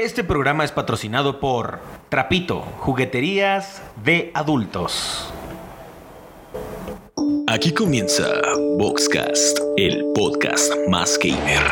Este programa es patrocinado por Trapito, jugueterías de adultos. Aquí comienza Boxcast, el podcast más gamer.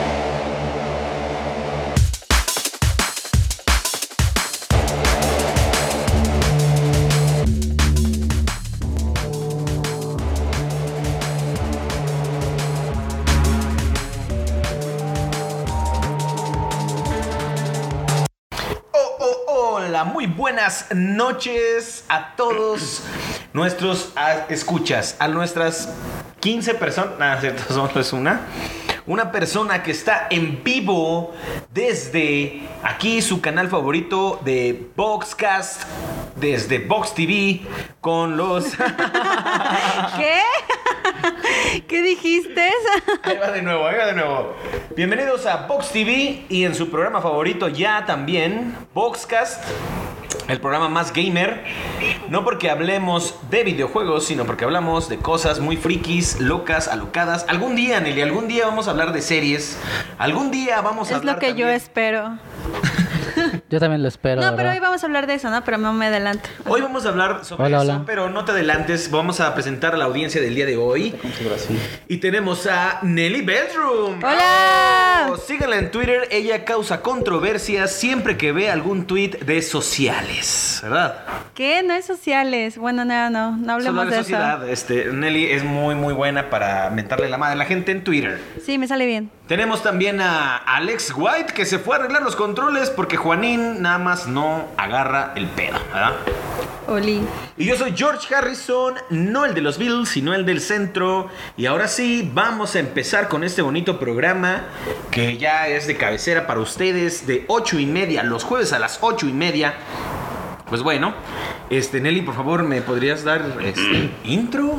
Muy buenas noches a todos nuestros escuchas, a nuestras 15 personas, nada, cierto, solo es una persona que está en vivo desde aquí su canal favorito de Boxcast, desde Box TV con los... ¿Qué? ¿Qué dijiste? Ahí va de nuevo. Bienvenidos a Box TV y en su programa favorito ya también, Boxcast, el programa más gamer. No porque hablemos de videojuegos, sino porque hablamos de cosas muy frikis, locas, alocadas. Algún día, Nelly, algún día vamos a hablar de series. Algún día vamos a hablar Es lo que también... yo espero. Yo también lo espero. No, pero hoy vamos a hablar de eso, ¿no? Pero no me adelanto. Hoy vamos a hablar sobre eso, pero no te adelantes. Vamos a presentar a la audiencia del día de hoy. Y tenemos a Nelly Bedroom. ¡Hola! Síganla en Twitter. Ella causa controversias siempre que ve algún tweet de sociales, ¿verdad? ¿Qué? No es sociales. Bueno, no hablemos de sociedad. eso. Nelly es muy buena para mentarle la madre a la gente en Twitter. Sí, me sale bien. Tenemos también a Alex White, que se fue a arreglar los controles porque Juanín nada más no agarra el pedo, ¿verdad? Oli. Y yo soy George Harrison, no el de los Beatles, sino el del centro. Y ahora sí, vamos a empezar con este bonito programa que ya es de cabecera para ustedes, de 8:30, los jueves a las 8:30. Pues bueno, Nelly, por favor, ¿me podrías dar intro?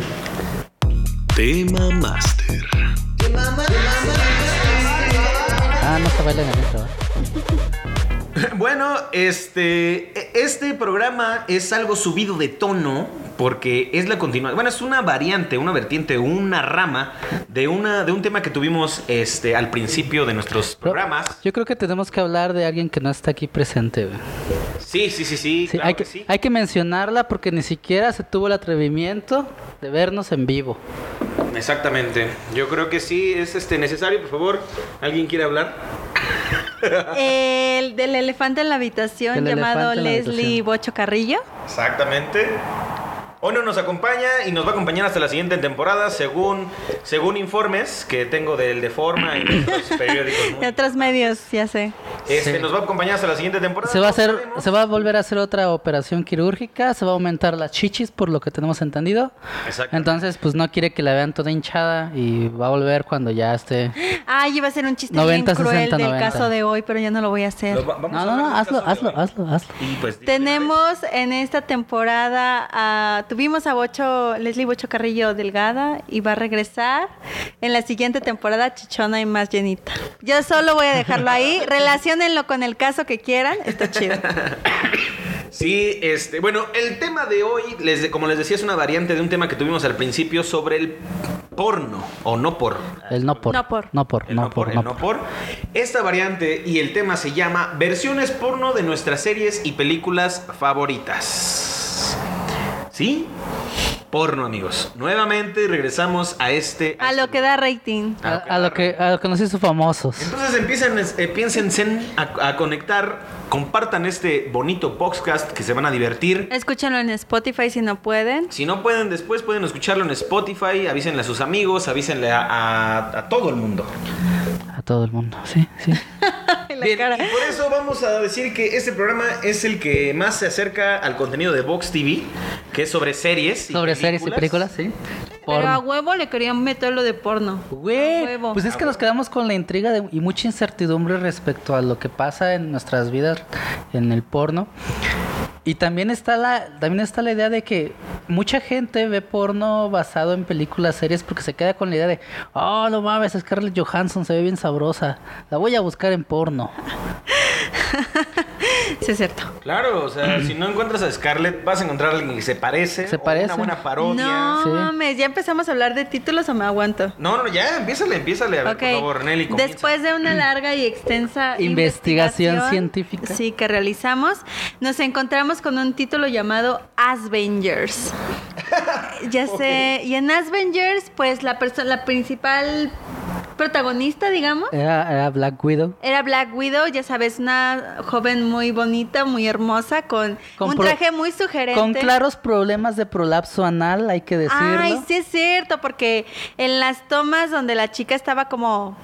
Tema Master. No se baila en el intro. Bueno, este programa es algo subido de tono porque es la continuación. Bueno, es una variante, una vertiente, una rama de un tema que tuvimos al principio de nuestros programas. Yo creo que tenemos que hablar de alguien que no está aquí presente, güey. Sí, claro que sí. Hay que mencionarla porque ni siquiera se tuvo el atrevimiento de vernos en vivo. Exactamente. Yo creo que sí es necesario, por favor. ¿Alguien quiere hablar? El del elefante en la habitación llamado Leslie Bocho Carrillo. Exactamente. Hoy no nos acompaña y nos va a acompañar hasta la siguiente temporada, según informes que tengo del Deforma y de otros periódicos. De otros medios, ya sé. Sí. Nos va a acompañar hasta la siguiente temporada. Se va a volver a hacer otra operación quirúrgica, se va a aumentar las chichis, por lo que tenemos entendido. Exacto. Entonces, pues no quiere que la vean toda hinchada y va a volver cuando ya esté. Ay, iba a ser un chiste 90, bien cruel 60, del 90. caso de hoy, pero ya no lo voy a hacer. No, hazlo. Y pues, tenemos en esta temporada tuvimos a Leslie Bocho Carrillo delgada y va a regresar en la siguiente temporada chichona y más llenita. Yo solo voy a dejarlo ahí. Relaciónenlo con el caso que quieran. Está chido. Sí, bueno, el tema de hoy, como les decía, es una variante de un tema que tuvimos al principio sobre el porno, o no por. El no por. No por. Esta variante y el tema se llama Versiones porno de nuestras series y películas favoritas. ¿Sí? Porno, amigos. Nuevamente regresamos a lo que da rating. A lo que nos hizo famosos. Entonces piensen a conectar, compartan este bonito Boxcast que se van a divertir. Escúchenlo en Spotify si no pueden. Si no pueden, después pueden escucharlo en Spotify, avísenle a sus amigos, avísenle a todo el mundo. A todo el mundo, sí. Bien, y por eso vamos a decir que este programa es el que más se acerca al contenido de Box TV, que es sobre series y películas, sí. Pero a huevo le querían meter lo de porno. Güey, pues es que nos quedamos con la intriga y mucha incertidumbre respecto a lo que pasa en nuestras vidas en el porno. Y también está la idea de que mucha gente ve porno basado en películas, series, porque se queda con la idea de, oh, no mames, Scarlett Johansson se ve bien sabrosa, la voy a buscar en porno. Se Sí, es cierto. Claro, o sea, si no encuentras a Scarlett, vas a encontrar a alguien que se parece. Se o parece. una buena parodia. No Sí. mames, ¿ya empezamos a hablar de títulos o me aguanto? No, ya, empiézale. A ver, Ok. por favor, Nelly, comienza. Después de una larga y extensa Investigación científica. Sí, que realizamos, nos encontramos con un título llamado Avengers. Ya sé, y en Avengers, pues la principal protagonista, digamos, Era Black Widow. era Black Widow, ya sabes, una joven muy bonita, muy hermosa, con un pro- traje muy sugerente. Con claros problemas de prolapso anal, hay que decirlo. Ay, sí es cierto, porque en las tomas donde la chica estaba como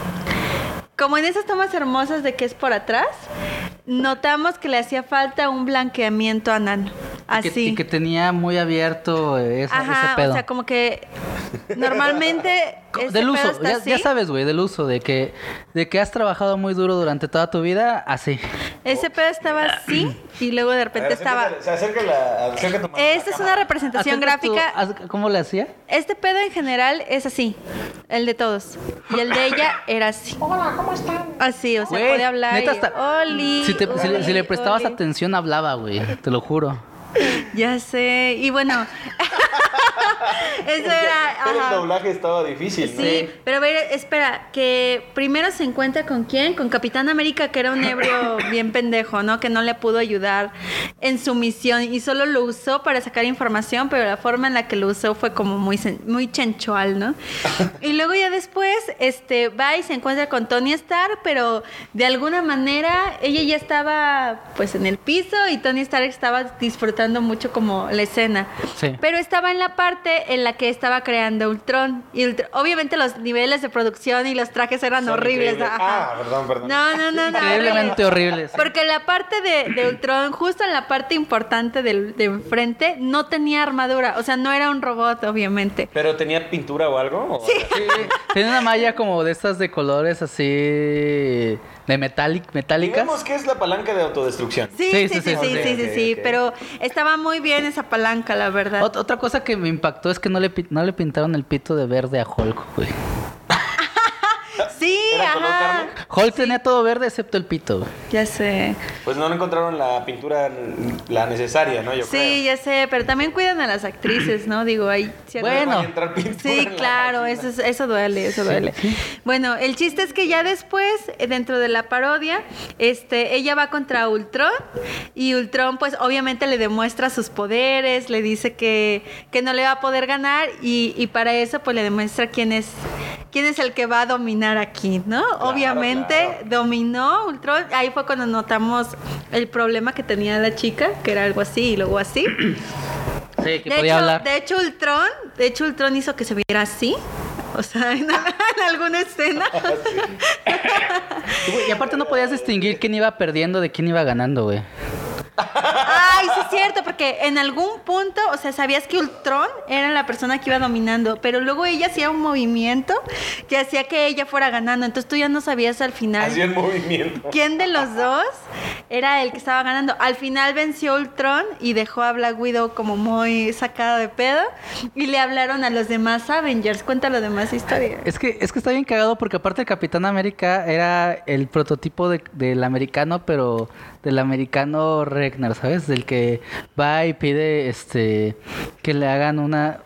en esas tomas hermosas de que es por atrás, notamos que le hacía falta un blanqueamiento anal. Así. Y que tenía muy abierto ese Ajá, pedo. o sea, como que normalmente ese Del pedo uso, está ya así. sabes, güey, del uso, de que has trabajado muy duro durante toda tu vida, así. Ese pedo estaba así y luego de repente estaba. Acércate tu mano. Esta es una representación Acércate tú, gráfica. ¿Cómo le hacía? Este pedo en general es así, el de todos. Y el de ella era así. Hola, ¿cómo están? Así, o sea, Güey, podía hablar. neta y, hasta- "Oli, Si le prestabas oli". atención, hablaba, güey, te lo juro. Ya sé. Y bueno, eso era. Pero el Ajá. doblaje estaba difícil, ¿no? Sí, pero a ver, espera, que primero se encuentra con quién, con Capitán América, que era un ebrio bien pendejo, ¿no? Que no le pudo ayudar en su misión y solo lo usó para sacar información, pero la forma en la que lo usó fue como muy chenchual, ¿no? Y luego ya después, va y se encuentra con Tony Stark, pero de alguna manera ella ya estaba pues en el piso y Tony Stark estaba disfrutando mucho como la escena. Sí. Pero estaba en la parte en la que estaba creando Ultron. Y obviamente los niveles de producción y los trajes eran Son horribles. increíbles. Ajá. Perdón. No. Increíblemente horribles. Porque la parte de Ultron, justo en la parte importante de enfrente, no tenía armadura. O sea, no era un robot, obviamente. ¿Pero tenía pintura o algo? ¿O Sí. Tiene una malla como de estas de colores así de metálicas. Digamos que es la palanca de autodestrucción. Sí. Ok. Pero estaba muy bien esa palanca, la verdad. Otra cosa que me impactó es que no le pintaron el pito de verde a Hulk, güey. Sí, ¿Era color ajá. carne? Hulk tenía todo verde excepto el pito, güey. Ya sé. Pues no encontraron la pintura, la necesaria, ¿no? Yo Sí, ya sé, pero también cuidan a las actrices, ¿no? Digo, hay ciertas- creo. Bueno. No vaya a entrar pintura Sí, en la claro, vagina. eso duele. Bueno, el chiste es que ya después, dentro de la parodia, ella va contra Ultron y Ultron, pues, obviamente le demuestra sus poderes, le dice que no le va a poder ganar y para eso, pues, le demuestra quién es el que va a dominar aquí, ¿no? Obviamente claro. dominó Ultron. Ahí fue cuando notamos el problema que tenía la chica, que era algo así y luego así. Sí, que podía hablar. De hecho, Ultron hizo que se viera así. O sea, en alguna escena. Y aparte no podías distinguir quién iba perdiendo de quién iba ganando, güey. Ay, sí es cierto, porque en algún punto, o sea, sabías que Ultron era la persona que iba dominando, pero luego ella hacía un movimiento que hacía que ella fuera ganando. Entonces tú ya no sabías al final Hacía el movimiento. quién de los dos era el que estaba ganando. Al final venció Ultron y dejó a Black Widow como muy sacada de pedo y le hablaron a los demás Avengers. Cuéntalo demás historia. Es que está bien cagado porque aparte el Capitán América era el prototipo del americano, pero del americano Ragnar, ¿sabes? Del que va y pide que le hagan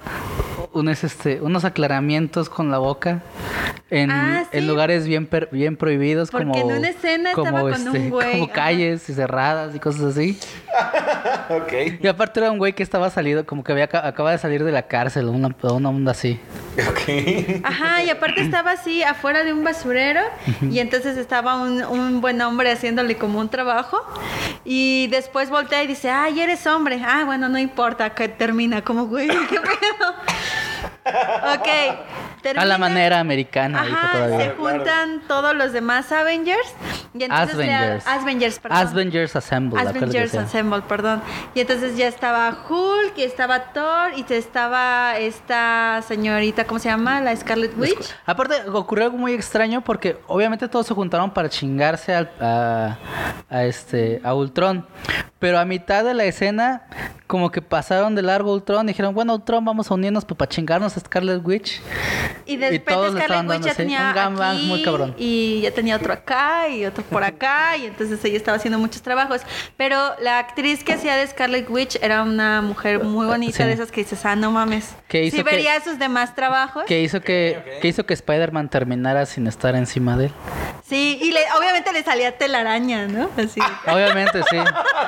unos aclaramientos con la boca en Sí. lugares bien prohibidos, Porque como en una escena estaba con un güey, como ajá. calles y cerradas y cosas así. Ok. Y aparte era un güey que estaba salido, como que acaba de salir de la cárcel, una onda así. Ok. Ajá, y aparte estaba así afuera de un basurero y entonces estaba un buen hombre haciéndole como un trabajo y después voltea y dice, ay, eres hombre. Ah, bueno, no importa, que termina como, güey, qué pedo. Ok, termina. A la manera americana, dijo Ajá, todavía. se juntan todos los demás Avengers y entonces Avengers Assemble, Avengers Assemble, perdón. Y entonces ya estaba Hulk, y estaba Thor, y estaba esta señorita, ¿cómo se llama? La Scarlet Witch. Aparte, ocurrió algo muy extraño porque obviamente todos se juntaron para chingarse a Ultron. Pero a mitad de la escena como que pasaron de largo Ultron y dijeron, bueno, Ultron, vamos a unirnos pues, para chingarnos a Scarlet Witch. Y de repente todos le Scarlet estaban Witch dando ya así, tenía un gangbang aquí, muy cabrón. y ya tenía otro acá y otro por acá, y entonces ella estaba haciendo muchos trabajos. Pero la actriz que hacía de Scarlet Witch era una mujer muy bonita, Sí. de esas que dices, no mames. Que hizo Sí que- vería sus demás trabajos. Que hizo que Spider-Man terminara sin estar encima de él. Sí, y obviamente le salía telaraña, ¿no? Así. Obviamente, sí.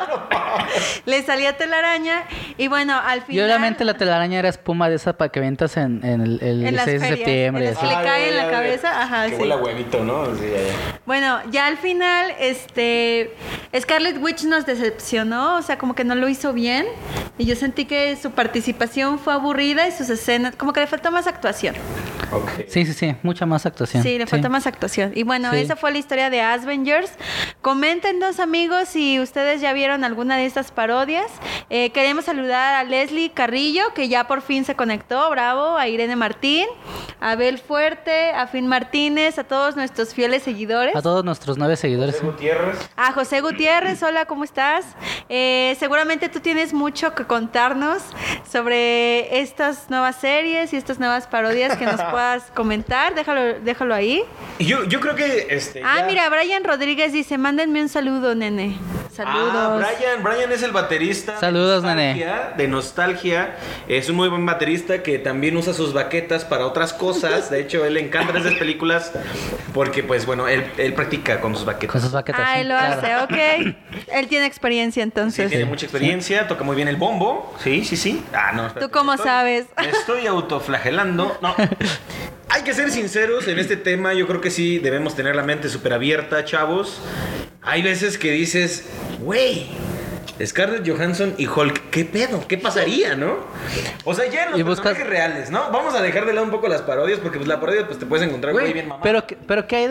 Le salía telaraña y bueno, al final... Y obviamente la telaraña era espuma de esa para que ventas en el en las 16 de ferias, septiembre. en las que así. le cae en la cabeza, ajá, Que sí. huele a huevito, ¿no? Sí, ya. Bueno, ya al final, Scarlet Witch nos decepcionó, o sea, como que no lo hizo bien. Y yo sentí que su participación fue aburrida y sus escenas, como que le faltó más actuación. Ok. Sí, mucha más actuación. Sí, le falta más actuación. Y bueno, Sí. esa fue la historia de Avengers. Coméntenos, amigos, si ustedes ya vieron alguna de estas parodias. Queremos saludar a Leslie Carrillo, que ya por fin se conectó, bravo, a Irene Martín, a Abel Fuerte, a Fin Martínez, a todos nuestros fieles seguidores. A todos nuestros 9 seguidores. José sí. Gutiérrez. A José Gutiérrez, hola, ¿cómo estás? Seguramente tú tienes mucho que contarnos sobre estas nuevas series y estas nuevas parodias que nos puedas comentar. Déjalo ahí. Y yo creo que ya- Mira, Brian Rodríguez dice, mándenme un saludo, nene. Saludos. Brian es el baterista. Saludos, De Nostalgia. Es un muy buen baterista que también usa sus baquetas para otras cosas. De hecho, él le encantan esas películas porque, pues, bueno, él practica con sus baquetas. Con sus baquetas. Ah, sí, él lo claro. hace, ok. Él tiene experiencia Sí, entonces. tiene mucha experiencia, toca muy bien el bombo. Sí. No, espérate, ¿Tú cómo me estoy- sabes? Me estoy autoflagelando. No. Hay que ser sinceros en este tema. Yo creo que sí debemos tener la mente súper abierta, chavos. Hay veces que dices, güey, Scarlett Johansson y Hulk, ¿qué pedo? ¿Qué pasaría, no? O sea, ya en los Y buscas- personajes reales, ¿no? Vamos a dejar de lado un poco las parodias porque pues la parodia pues te puedes encontrar güey bien mamá. Pero ¿qué hay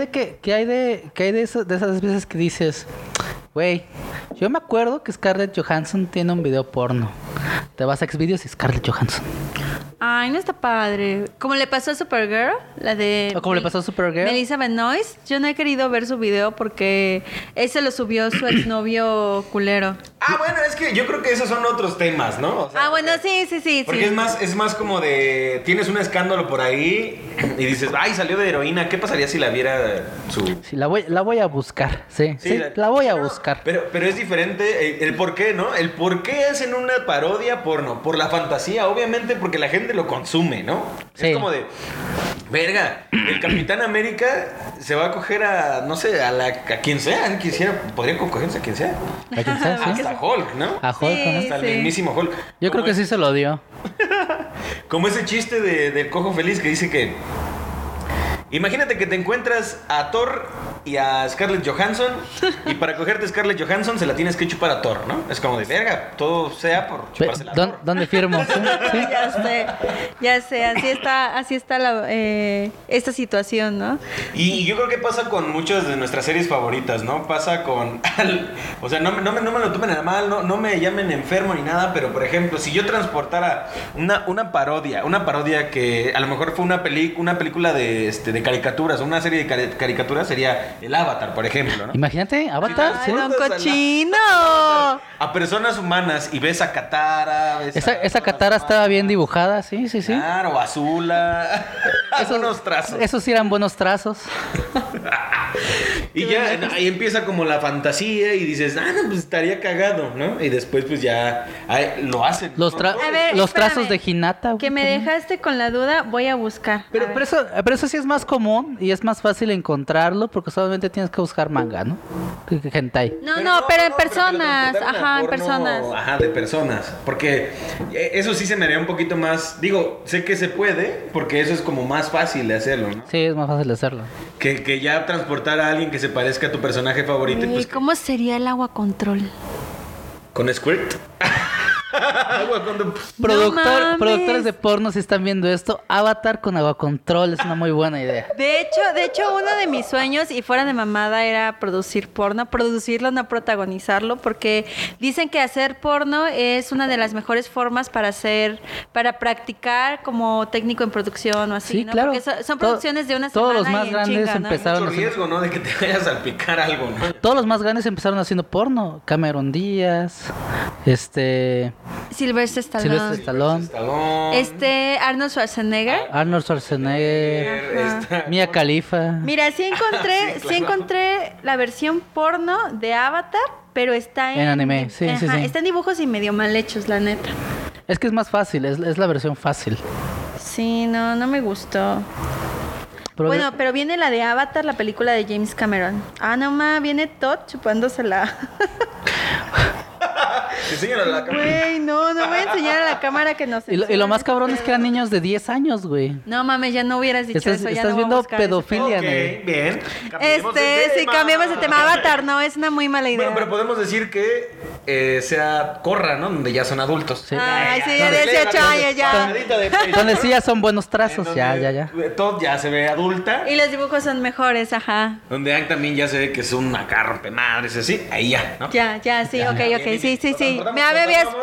de esas veces que dices, güey, yo me acuerdo que Scarlett Johansson tiene un video porno. Te vas a Xvideos y Scarlett Johansson. Ay, no está padre. Como le pasó a Supergirl, la de... O como le pasó a Supergirl. Melissa Benoist. Yo no he querido ver su video porque ese lo subió su exnovio culero. Bueno, es que yo creo que esos son otros temas, ¿no? O sea, Bueno, sí. porque es más como de tienes un escándalo por ahí y dices, ay, salió de heroína, ¿qué pasaría si la viera su Sí, la voy a buscar. Sí, la voy a buscar. Pero es diferente el por qué, ¿no? El por qué hacen una parodia porno. Por la fantasía, obviamente, porque la gente lo consume, ¿no? Sí. Es como de, verga, el Capitán América se va a coger a, no sé, a quien sea. Podría cogerse a quien sea. ¿A quién sabe? Sí. Hasta Hulk, ¿no? A Hulk, Sí. ¿no? Hasta el sí. mismísimo Hulk. Yo creo que sí se lo dio. Como ese chiste del cojo feliz que dice que... Imagínate que te encuentras a Thor y a Scarlett Johansson y para cogerte a Scarlett Johansson se la tienes que chupar a Thor, ¿no? Es como de verga, todo sea por chupársela a Thor. ¿Dónde firmo? Sí, sí. Ya sé, así está esta situación, ¿no? Y yo creo que pasa con muchas de nuestras series favoritas, ¿no? Pasa con... o sea, no me lo tomen a mal, no me llamen enfermo ni nada, pero por ejemplo, si yo transportara una parodia que a lo mejor fue una película de caricaturas, una serie de caricaturas sería el Avatar, por ejemplo, ¿no? Imagínate, Avatar, Ay, sí. don cochino. A personas humanas y ves a Katara, ves Esa Katara estaba bien dibujada, sí. Claro, Azula. Unos trazos. Esos sí eran buenos trazos. Y ya ahí empieza como la fantasía y dices, no, pues estaría cagado, ¿no? Y después pues ya lo hacen. Los, ¿no? A ver, los espérame. trazos de Hinata. Que me dejaste con la duda, voy a buscar. Pero, A ver. pero eso sí es más común y es más fácil encontrarlo porque solamente tienes que buscar manga, ¿no? Hentai. No, pero en que lo personas. transportaron a Ajá, en porno, personas. Ajá, de personas. Porque eso sí se me haría un poquito más... Digo, sé que se puede porque eso es como más fácil de hacerlo, ¿no? Sí, es más fácil de hacerlo. Que ya transportar a alguien que se parezca a tu personaje favorito y Ey, pues ¿cómo sería el agua control? con Squirt. Agua con... mames. Productores de porno, si están viendo esto, Avatar con agua control es una muy buena idea. De hecho, uno de mis sueños, y fuera de mamada, era producir porno. Producirlo, no protagonizarlo, porque dicen que hacer porno es una de las mejores formas para practicar como técnico en producción o así, Sí, ¿no? claro. Porque son Todo- producciones de una todos semana los más y en grandes chinga, ¿no? empezaron- Mucho riesgo, ¿no? De que te vayas a salpicar algo, ¿no? Todos los más grandes empezaron haciendo porno. Cameron Díaz, Sylvester Sylvester Stallone. Stallone. Arnold Schwarzenegger. Arnold Schwarzenegger. Ajá. Mia Khalifa. Mira, sí encontré la versión porno de Avatar, pero está En anime, sí. Está en dibujos y medio mal hechos, la neta. Es que es más fácil, es la versión fácil. Sí, no me gustó. Bueno, pero viene la de Avatar, la película de James Cameron. Ah, no ma, viene Todd chupándosela. Enséñalo a la cámara. Güey, no voy a enseñar a la cámara que nos Y lo más cabrón es que eran niños de 10 años, güey. No mames, ya no hubieras dicho eso. Ya Estás no voy a viendo buscar ese pedofilia, Ok, güey. bien. Cambiemos de sí, tema. cambiamos de tema. Avatar, no, es una muy mala idea. Bueno, pero podemos decir que sea Korra, ¿no? Donde ya son adultos. Sí. Ay, sí, de Donde 18 años ya. Pasadita de pecho. Entonces sí ya son buenos trazos, En ya. donde Todd ya se ve adulta. Y los dibujos son mejores, ajá. Donde Aang también ya se ve que es una rompe madres así. Ahí ya, ¿no? Ya, sí, ok, sí. Nos Me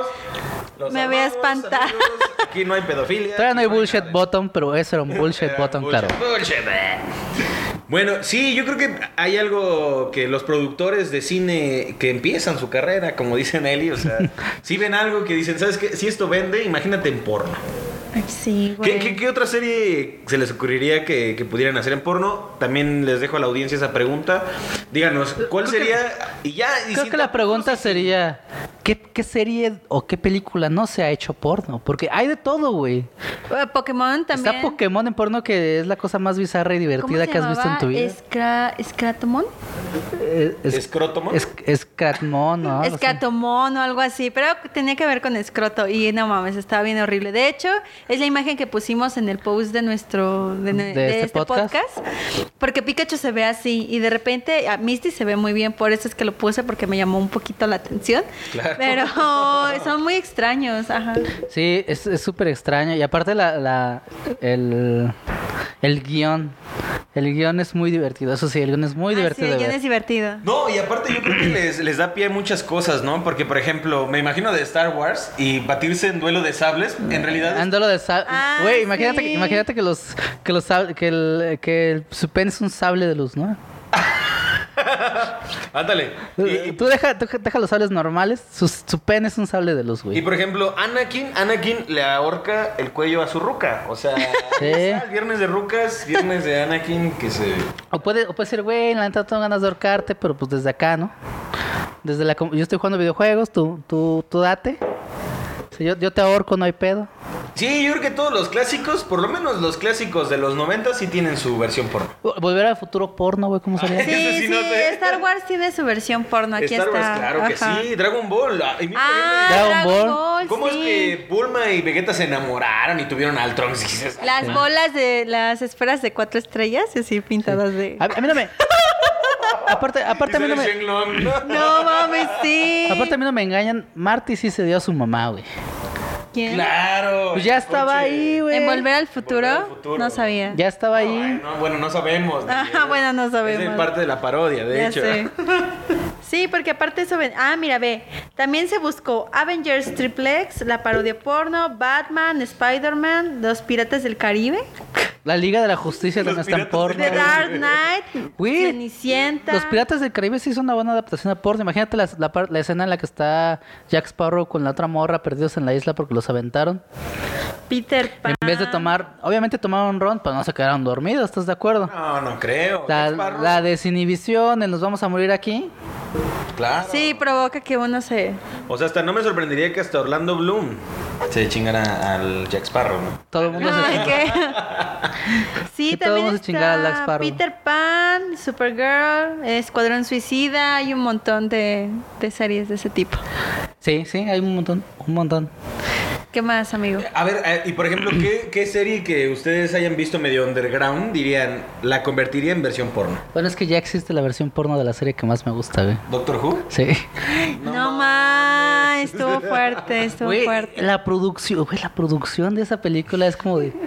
había espantado. amigos. Aquí no hay pedofilia. Todavía no hay aquí bullshit nada. bottom, pero eso era un bullshit bottom, claro. Bullshit. Bueno, sí, yo creo que hay algo que los productores de cine que empiezan su carrera, como dice Nelly, o sea, si ven algo que dicen, ¿sabes qué? Si esto vende, imagínate en porno. Ay, sí, güey. ¿Qué otra serie se les ocurriría que pudieran hacer en porno? También les dejo a la audiencia esa pregunta. Díganos, ¿cuál sería? Y ya. Creo que la pregunta sería, ¿qué serie o qué película no se ha hecho porno? Porque hay de todo, güey. Pokémon también. Está Pokémon en porno, que es la cosa más bizarra y divertida que has visto en tu vida. ¿Escratomon? ¿Escrotomon? Escatmon, ¿no? Escatomon o algo así, pero tenía que ver con escroto y no mames, estaba bien horrible. De hecho, es la imagen que pusimos en el post de de este podcast, porque Pikachu se ve así y de repente a Misty se ve muy bien, por eso es que lo puse porque me llamó un poquito la atención. Claro. Pero son muy extraños, ajá. Sí, es súper extraño. Y aparte el guión. El guión es muy divertido. Eso sí, el guión es muy divertido. Sí, el de guión ver. es divertido. No, y aparte yo creo que les da pie a muchas cosas, ¿no? Porque, por ejemplo, me imagino de Star Wars y batirse en duelo de sables, en realidad... Ándalo de Ah, güey, sí. imagínate que su pen es un sable de luz, ¿no? Ándale. Tú deja los sables normales, su pen es un sable de luz, Y güey. por ejemplo, Anakin le ahorca el cuello a su ruca. O sea, Sí. viernes de rucas, viernes de Anakin que se... O puede ser, güey, la neta tengo ganas de ahorcarte, pero pues desde acá, ¿no? Yo estoy jugando videojuegos, tú date. Si yo te ahorco, no hay pedo. Sí, yo creo que todos los clásicos, por lo menos los clásicos de los 90 sí tienen su versión porno. Volver al futuro porno, güey, ¿cómo sería? Ese Sí, sí no sé. Star Wars tiene su versión porno, aquí Star está. Wars, claro que Ajá. sí. Dragon Ball. Y mira, Dragon Ball. ¿cómo sí. es que Bulma y Vegeta se enamoraron y tuvieron al Trunks? Y dices, Las bolas de las esferas de 4 estrellas, así pintadas de... A mí no me... Aparte a mí no me... Shenlong, ¿no? No mames, sí. Aparte a mí no me engañan, Marty sí se dio a su mamá, güey. ¿Quién? Claro. Pues ya el estaba coche. ahí, güey. ¿En Volver al Futuro? Volver al Futuro. No sabía. Ya estaba ahí. Ay, no, bueno, no sabemos. Ajá, bueno, no sabemos. Es parte de la parodia, de Ya hecho. sé. Sí, porque aparte eso... mira, ve. También se buscó Avengers Triplex, la parodia porno, Batman, Spider-Man, Los Piratas del Caribe, La Liga de la Justicia Los también está en Piratas porno. The del Dark Knight, Güey, Cenicienta. Los Piratas del Caribe sí hizo una buena adaptación a porno. Imagínate la escena en la que está Jack Sparrow con la otra morra perdidos en la isla porque los aventaron. Peter Pan. En vez de tomar... Obviamente tomaron ron, pero no se quedaron dormidos, ¿estás de acuerdo? No, no creo. Jack Sparrow, La desinhibición, el nos vamos a morir aquí. Claro. Sí, provoca que uno se... O sea, hasta no me sorprendería que hasta Orlando Bloom se chingara al Jack Sparrow, ¿no? Todo el mundo se... Ay, ¿qué? Sí, Que todo también mundo se chingara al Jack está Sparrow. Peter Pan, Supergirl, Escuadrón Suicida, hay un montón de series de ese tipo. Sí, hay un montón. ¿Qué más, amigo? A ver, y por ejemplo, ¿qué serie que ustedes hayan visto medio underground dirían la convertiría en versión porno? Bueno, es que ya existe la versión porno de la serie que más me gusta, güey. ¿Doctor Who? Sí. No más, estuvo fuerte, Güey, fuerte. la producción de esa película es como de...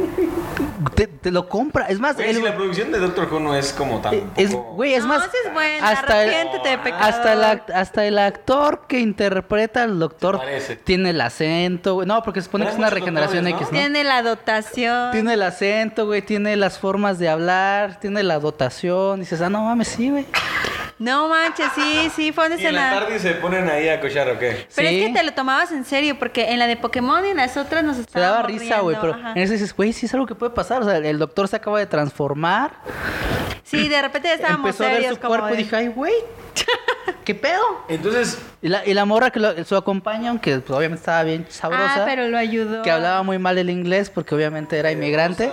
Te lo compra. Es más, Güey, si la producción de Doctor Who no es como tan... güey, es No, más... sí es buena, arrepiéntete de pecador. Hasta el actor que interpreta al doctor Se parece. tiene el acento, güey. No, porque se supone que es Hay una muchos regeneración doctores, X, ¿no? ¿no? Tiene la dotación. Tiene el acento, güey, tiene las formas de hablar, tiene la dotación. Y dices, no mames, sí, güey. No manches, sí, fue una Y en la escena. tarde se ponen ahí a cochar, ¿o qué? Pero Sí. es que te lo tomabas en serio, porque en la de Pokémon y en las otras nos Te estábamos daba risa, güey, pero riendo, en eso dices, güey, sí es algo que puede pasar. O sea, el doctor se acaba de transformar. Sí, de repente ya estábamos Empezó a ver serios su como cuerpo de- y dije, ay, güey, ¿qué pedo? Entonces, Y la morra que su acompaña, aunque pues, obviamente estaba bien sabrosa, Ah, pero lo ayudó. que hablaba muy mal el inglés porque obviamente era inmigrante.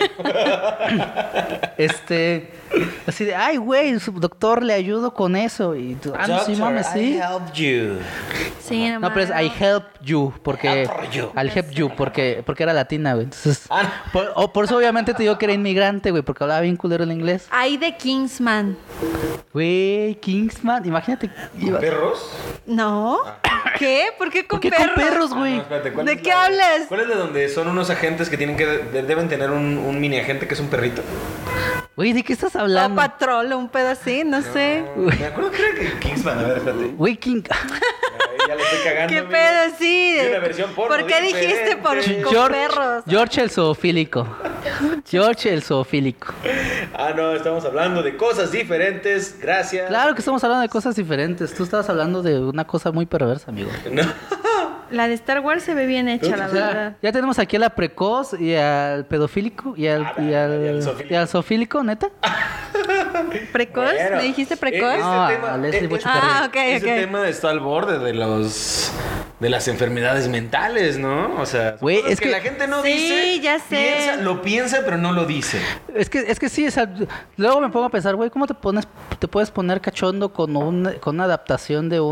Así de, ay, güey, su doctor le ayudo con eso. Y tú, no, sí, mames, sí. helped you. Sí, No, pero es I help you, porque... Help you. I'll help you, porque era latina, güey. Entonces, Ah, no. por eso obviamente te digo que era inmigrante, güey, porque hablaba bien culero el inglés. Ahí de Kingsman. Güey, Kingsman, imagínate. ¿Perros? ¿No? ¿Qué? ¿Por qué con ¿Por qué perros? con perros, Ah, güey? no, espérate, ¿cuál ¿De es qué la hablas? ¿Cuál es de donde son unos agentes que tienen que deben tener un mini agente que es un perrito? Güey, ¿de qué estás O hablando? Patrol o un pedo así, no sé. Me acuerdo que era que Kingsman, a ver, espérate. Güey, King... Ya le estoy cagando. ¿Qué amigo. pedo? Sí. Y una versión porno ¿Por qué dijiste por con perros? George el zoofílico. George el zoofílico. Ah, no, estamos hablando de cosas diferentes. Gracias. Claro que estamos hablando de cosas diferentes. Tú estabas hablando de una cosa muy perversa, amigo. No. La de Star Wars se ve bien hecha, la verdad. Ya tenemos aquí a la precoz y al pedofílico y al zoofílico, ¿neta? ¿Precoz? Bueno, ¿Me dijiste precoz? No, a Leslie Bocho Ah, ok, Ese ok. tema está al borde de las enfermedades mentales, ¿no? O sea, Güey, cosas es que- la gente no Sí, dice. ya sé. Lo piensa, pero no lo dice. Es que sí, o sea, luego me pongo a pensar, güey, ¿cómo te puedes poner cachondo con una adaptación de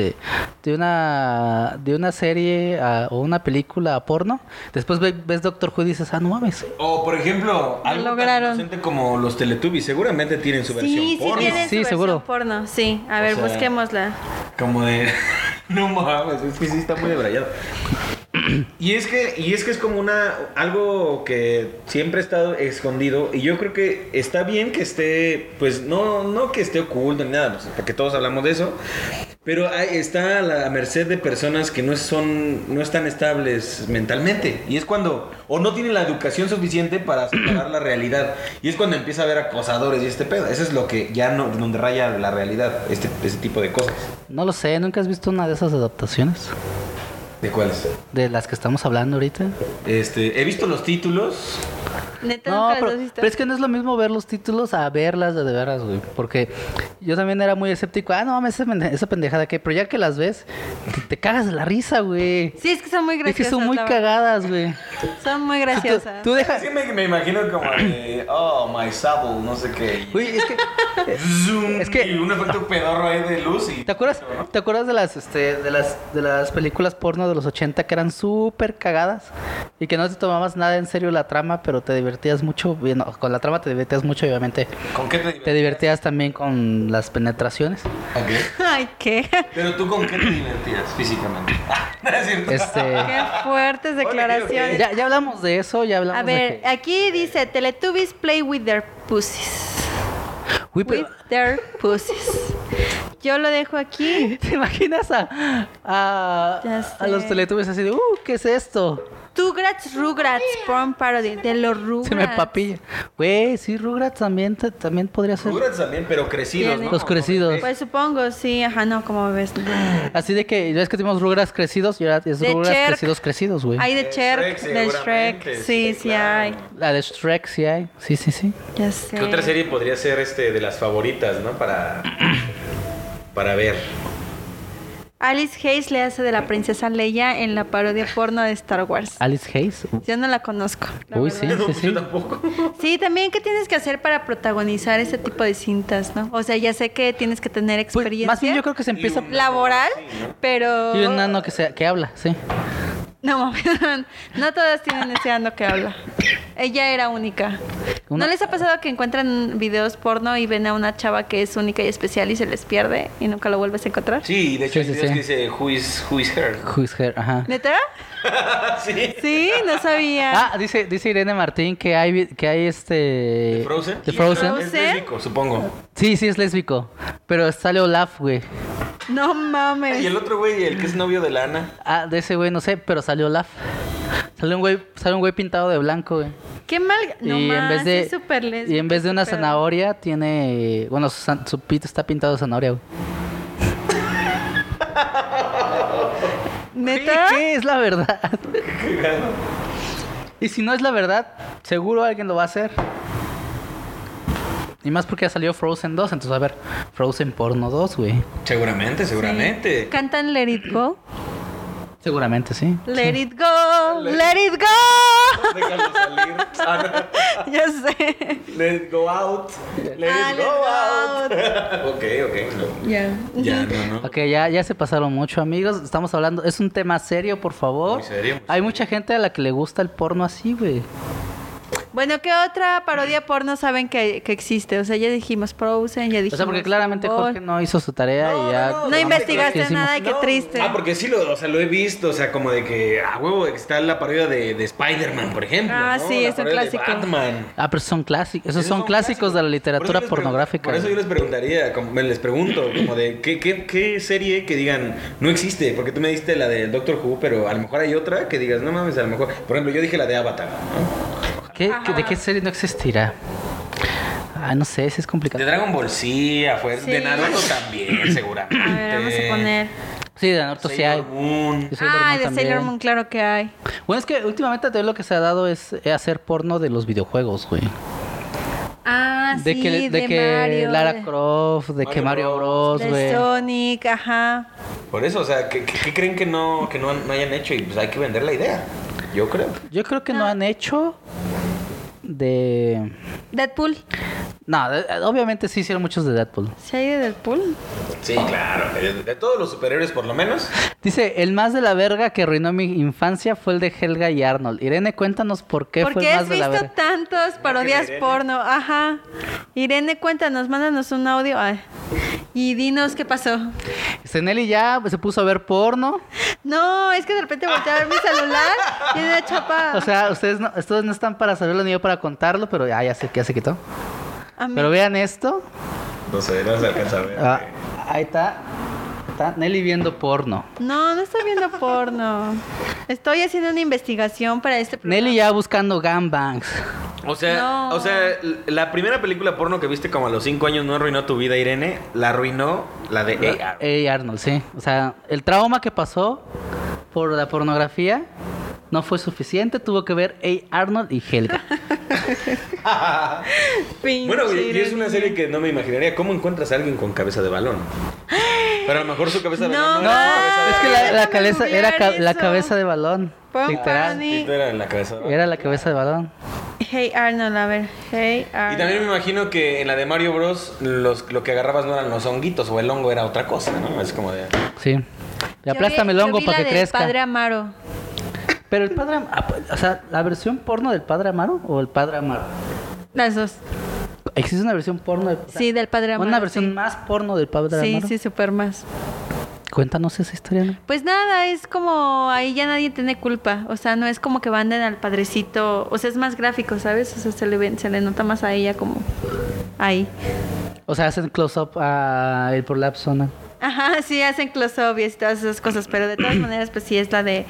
una serie o una película a porno? Después ves Doctor Who y dices, no mames. O, por ejemplo, algo tan lograron. inocente como los Teletubbies. Seguramente tienen su versión Sí, sí porno. tienen Sí, su seguro. versión porno. Sí, a ver, sea, busquémosla. Como de... No mames, es que sí está muy debrayado. Y es que es como algo que siempre ha estado escondido. Y yo creo que está bien que esté, pues no que esté oculto ni nada, pues, porque todos hablamos de eso. Pero está a la merced de personas que no están estables mentalmente. Y es cuando, o no tienen la educación suficiente para separar la realidad. Y es cuando empieza a haber acosadores y este pedo. Eso es lo que ya no, donde raya la realidad, ese tipo de cosas. No lo sé, ¿nunca has visto una de esas adaptaciones? ¿De cuáles? De las que estamos hablando ahorita. He visto los títulos. Neta, No, nunca las pero, has visto. pero es que no es lo mismo ver los títulos a verlas de veras, güey. Porque yo también era muy escéptico. No mames, esa pendejada que. Pero ya que las ves, te cagas de la risa, güey. Sí, es que son muy Es graciosas. que son muy la verdad. cagadas, güey. Son muy graciosas. Tú dejas. Sí, me imagino como de, my sable, no sé qué. Güey, es que. Zoom, es que- y un efecto pedorro ahí de luz y... ¿Te acuerdas de las películas porno de los 80 que eran súper cagadas? Y que no te tomabas nada en serio la trama, pero te divertías mucho. Bueno, con la trama te divertías mucho, y obviamente. ¿Con qué Te divertías también con las penetraciones. Ok. Ay, qué. Pero tú, ¿con qué te divertías físicamente? No es cierto. Qué fuertes declaraciones. Ya hablamos de eso, ya hablamos A ver, de que... aquí dice Teletubbies play with their pussies. Uy, pero- With their pussies. Yo lo dejo aquí. ¿Te imaginas Ya a sé. los Teletubbies así de, ¿qué es esto? Rugrats porn parody de los Rugrats. Se me papilla. Güey, sí, Rugrats también podría ser. Rugrats también, pero crecidos, Tiene. ¿no? Los crecidos. Pues supongo, sí, ajá, no, como ves. Así de que, ya es que tenemos Rugrats crecidos y ahora es De Rugrats Cherk. crecidos, güey. Hay de De Cherk, Shrek, del Shrek. seguramente, Sí, sí, sí claro. hay. La de Shrek sí hay. Sí, sí, sí. Ya sé. ¿Qué otra serie podría ser de las favoritas, no? Para ver. Alice Hayes le hace de la princesa Leia en la parodia porno de Star Wars. Alice Hayes. Yo no la conozco. la Uy, verdad. sí, sí, sí. Yo tampoco. Sí, también, ¿qué tienes que hacer para protagonizar ese tipo de cintas, no? O sea, ya sé que tienes que tener Pues, experiencia más bien yo creo que se empieza... laboral, pero... Y un nano que habla, sí. No, no todas tienen ese ano que habla. Ella era única. Una- ¿No les ha pasado que encuentran videos porno y ven a una chava que es única y especial y se les pierde y nunca lo vuelves a encontrar? Sí, de hecho Sí, hay sí, videos sí. que dice Who is her. Who's her, ajá. ¿Neta? Sí. Sí, no sabía. Dice Irene Martín que hay ¿De Frozen? De Frozen. Es lésbico, supongo. Sí, es lésbico. Pero sale Olaf, güey. No mames. Y el otro güey, el que es novio de Lana. De ese güey no sé, pero salió Olaf. Sale un güey pintado de blanco, güey. Qué mal. No Y más, en vez de es súper lésbico, y en vez de una súper- zanahoria tiene, bueno, su pito está pintado de zanahoria, güey. ¿Neta? ¿Qué es la verdad? Y si no es la verdad, seguro alguien lo va a hacer. Y más porque ya salió Frozen 2, entonces a ver, Frozen porno 2, güey. Seguramente. ¿Cantan Let It Go? Seguramente sí. Let it go, let it go. Déjalo salir. Ya sé. Let it go out. Let Ah, it let go it out. Ok. No. Ya. Ya, no. Ok, ya se pasaron mucho, amigos. Estamos hablando, es un tema serio, por favor. Muy serio. Hay mucha gente a la que le gusta el porno así, güey. Bueno, ¿qué otra parodia porno saben que existe? O sea, ya dijimos Frozen, ya dijimos... O sea, porque claramente Gumball. Jorge no hizo su tarea y ya... No investigaste hicimos- nada y qué triste. Ah, porque sí lo he visto, o sea, como de que a huevo está la parodia de Spider-Man, por ejemplo. Ah, ¿no? sí, La es un parodia de clásico. Batman. Ah, pero son clásicos. Esos Esos son clásicos de la literatura Por eso yo les pornográfica. Por eso yo les preguntaría, les pregunto, como de ¿qué serie que digan no existe? Porque tú me diste la del Doctor Who, pero a lo mejor hay otra que digas, no mames, a lo mejor. Por ejemplo, yo dije la de Avatar, ¿no? ¿De qué serie no existirá? Ah, no sé, ese es De complicado. Dragon Ball sí, afuera. Sí. De Naruto también, seguramente. A ver, vamos a poner... Sí, de Naruto sí hay. Sailor Moon. De Sailor Ah, Moon de también. Sailor Moon, claro que hay. Bueno, es que últimamente también lo que se ha dado es hacer porno de los videojuegos, güey. Ah, De sí, que, de que Mario, Lara Croft, de que Mario Mario Bros, Bros, de güey. Sonic, ajá. Por eso, o sea, ¿qué creen que no hayan hecho? Y pues hay que vender la idea. Yo creo. Yo creo que no han hecho de... Deadpool. No, obviamente sí hicieron muchos de Deadpool. ¿Sí hay de Deadpool? Sí, claro. De todos los superhéroes, por lo menos. Dice, el más de la verga que arruinó mi infancia fue el de Helga y Arnold. Irene, cuéntanos por qué ¿Por fue qué el has más de la visto verga. tantos parodias Irene. porno? Ajá. Irene, cuéntanos, mándanos un audio. Ay. Y dinos qué pasó. Nelly ya se puso a ver porno. No, es que de repente volteé a ver mi celular y era chapa. O sea, ustedes no están para saberlo ni yo para contarlo, pero ya se quitó. A mí- Pero vean esto. No sé, no se alcanza a ver. Ah, ahí está. Está Nelly viendo porno. No estoy viendo porno. Estoy haciendo una investigación para este programa. Nelly ya buscando gangbangs. O sea, No. la primera película porno que viste como a los 5 años no arruinó tu vida, Irene. La arruinó la de AR. Arnold, sí. O sea, el trauma que pasó por la pornografía no fue suficiente. Tuvo que ver Arnold y Helga. Pinche Bueno, y es Irene. una serie que no me imaginaría. ¿Cómo encuentras a alguien con cabeza de balón? Pero a lo mejor su cabeza de No, balón No, era es que Déjame la cabeza era googlear la eso. cabeza de balón. Pon Literal. Fanny. Era la cabeza de balón. Era la cabeza de balón. Hey Arnold, a ver. Hey Arnold. Y también me imagino que en la de Mario Bros. Lo que agarrabas no eran los honguitos o el hongo era otra cosa, ¿no? Es como de... Sí. Y Yo aplástame el vi- yo hongo vi para la que del crezca. Padre Amaro. Pero el padre... O sea, ¿la versión porno del padre Amaro o el padre Amaro? Las dos. ¿Existe una versión porno del Sí, del Padre Amaro. Una versión sí. más porno del padre Sí, Amaro? sí, súper más. Cuéntanos esa historia, ¿no? Pues nada, es como ahí ya nadie tiene culpa. O sea, no es como que manden al padrecito. O sea, es más gráfico, ¿sabes? O sea, se le nota más a ella como ahí. O sea, hacen close-up a el prolapso, ¿no? Ajá, sí, hacen close-up y todas esas cosas. Pero de todas maneras, pues sí es la de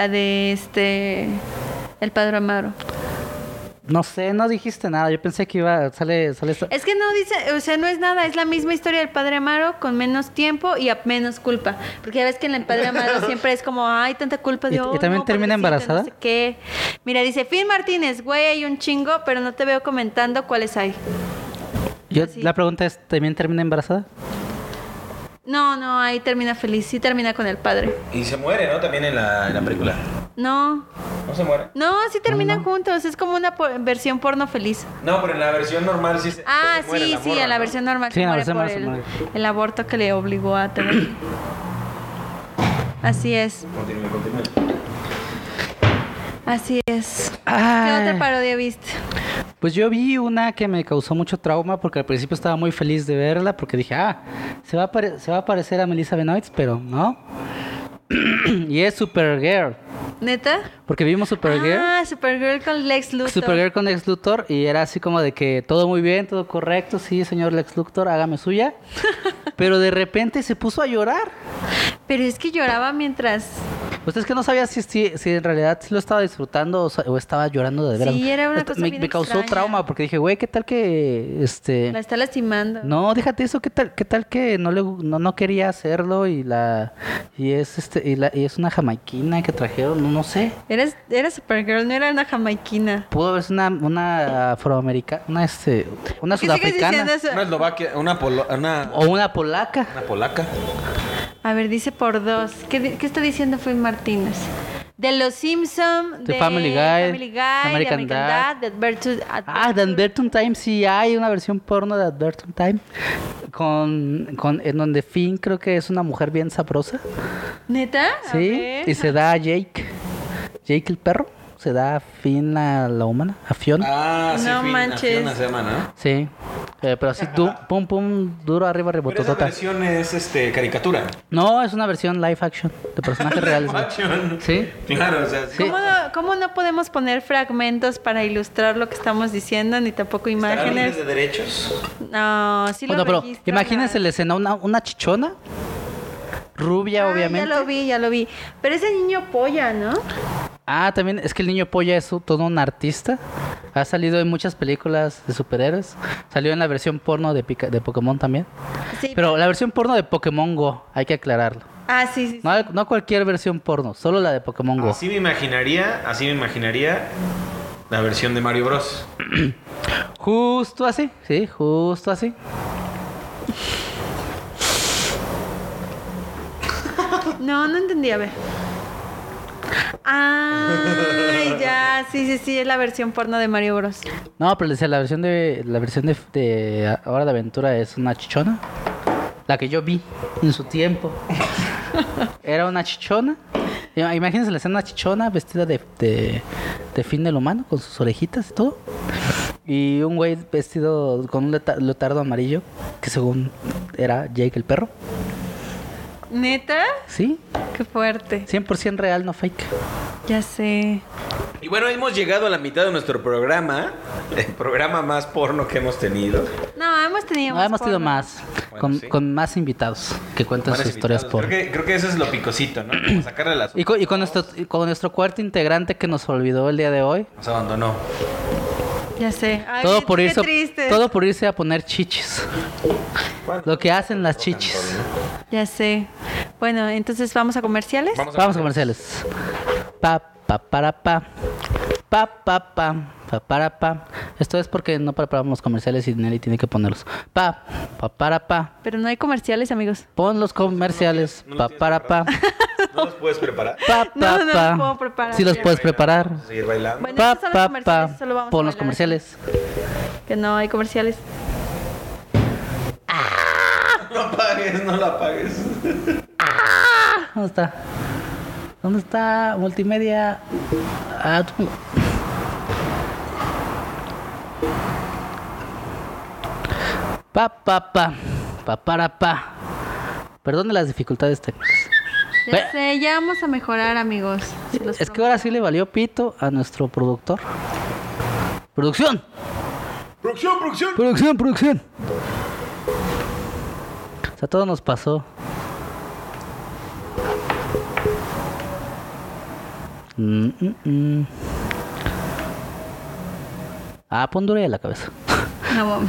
el Padre Amaro. No sé, no dijiste nada. Yo pensé que sale esto. Es que no dice, o sea, no es nada, es la misma historia del Padre Amaro con menos tiempo y a menos culpa. Porque ya ves que en el Padre Amaro siempre es como, ay, tanta culpa de ¿Y también termina embarazada? No sé qué. Mira, dice, Finn Martínez, güey, hay un chingo, pero no te veo comentando cuáles hay. Así. La pregunta es, ¿también termina embarazada? No, ahí termina feliz, sí termina con el padre. Y se muere, ¿no? También en la película. No, ¿No se muere? sí terminan juntos, es como una versión porno feliz. No, pero en la versión normal sí se Ah, se muere sí, la sí, morra, en la ¿no? versión normal Sí, se en la muere versión por normal se muere. el aborto que le obligó a tener. Así es, Continúe. así es. ¿Qué Ay. otra parodia viste? Pues yo vi una que me causó mucho trauma porque al principio estaba muy feliz de verla porque dije, se va a parecer a Melissa Benoist, pero no. Y es Supergirl. ¿Neta? Porque vimos Supergirl. Ah, Supergirl con Lex Luthor. Supergirl con Lex Luthor y era así como de que todo muy bien, todo correcto, sí, señor Lex Luthor, hágame suya. Pero de repente se puso a llorar. Pero es que lloraba mientras... Pues es que no sabía si en realidad sí lo estaba disfrutando o estaba llorando de veras. Sí, era una cosa bien Me causó extraña. trauma porque dije, güey, ¿qué tal que La está lastimando. No, déjate eso, ¿qué tal que no quería hacerlo y es una jamaiquina que trajeron, no sé. Era Supergirl, no era una jamaiquina. Pudo haber sido una afroamericana, una ¿Qué sigues sudafricana diciendo eso? Una eslovaquia, o una polaca. una polaca. A ver, dice por 2. ¿Qué está diciendo Fue Martínez? De Los Simpson, The de Family Guy, American Dad, de Adventure. De Adventure Time, sí hay una versión porno de Adventure Time en donde Finn creo que es una mujer bien sabrosa. ¿Neta? A Sí, ver. y se da a Jake el perro, se da a Finn la humana, a Fiona. Ah, sí, No manches. Fiona se llama, ¿no? Sí, pero así pum pum, duro arriba, Pero esa rebototota. versión es caricatura. No, es una versión live action de personajes reales. güey. Action. Sí. Claro, o sea, Sí. ¿Cómo no podemos poner fragmentos para ilustrar lo que estamos diciendo, ni tampoco ¿estará libre imágenes? de derechos? No, sí lo Bueno, pero registra imagínense la escena, una chichona, rubia, obviamente. Ya lo vi. Pero ese niño polla, ¿no? Ah, también es que el niño polla es todo un artista. Ha salido en muchas películas de superhéroes. Salió en la versión porno de Pokémon también. Sí. Pero la versión porno de Pokémon Go, hay que aclararlo. Ah, sí. No cualquier versión porno, solo la de Pokémon Go. Así me imaginaría la versión de Mario Bros. Justo así, sí, justo así. No entendí, a ver. Ah, ya, sí, es la versión porno de Mario Bros. No, pero les decía, la versión de Hora de Aventura es una chichona. La que yo vi en su tiempo. Era una chichona. Imagínense la escena, una chichona vestida de Finn del humano, con sus orejitas y todo. Y un güey vestido con un leotardo amarillo, que según era Jake el perro. ¿Neta? Sí, Qué fuerte. 100% real, no fake. Ya sé. Y bueno, hemos llegado a la mitad de nuestro programa. El programa más porno que hemos tenido. No, hemos tenido No, más hemos tenido porno. más, Bueno, sí. con más invitados que cuentan Buenas sus historias invitados. porno. Creo que eso es lo picosito, ¿no? Como sacarle las... Y con nuestro cuarto integrante que nos olvidó el día de hoy. Nos abandonó. Ya sé. Ay, Todo por qué irse, triste. todo por irse a poner chichis. Bueno, Lo que hacen las chichis. Ya sé. Bueno, entonces vamos a comerciales. Vamos Vamos a comerciales. Pa pa para pa. Pa pa pa. Pa para pa. Esto es porque no preparamos los comerciales y Nelly tiene que ponerlos. Pa pa para pa. Pero no hay comerciales, amigos. Pon los comerciales. No los Pa tienes para pa. ¿No los puedes preparar? Pa No, pa no los pa. puedo preparar. Sí los Ya. puedes preparar. Vamos a seguir bailando. Bueno, Pa estos son los pa comerciales, pa. solo vamos a Pon los bailar. comerciales. Que no hay comerciales. No apagues, no lo apagues. ¿Dónde está? ¿Dónde está multimedia? Ah, tú- Pa pa pa. Pa para pa. Perdone las dificultades técnicas. Ya sé, ya vamos a mejorar, amigos. Se los Es que ahora sí le valió pito a nuestro productor. ¡Producción! ¡Producción, producción! ¡Producción! O sea, todo nos pasó. Ah, pon duro ahí a la cabeza. No mames.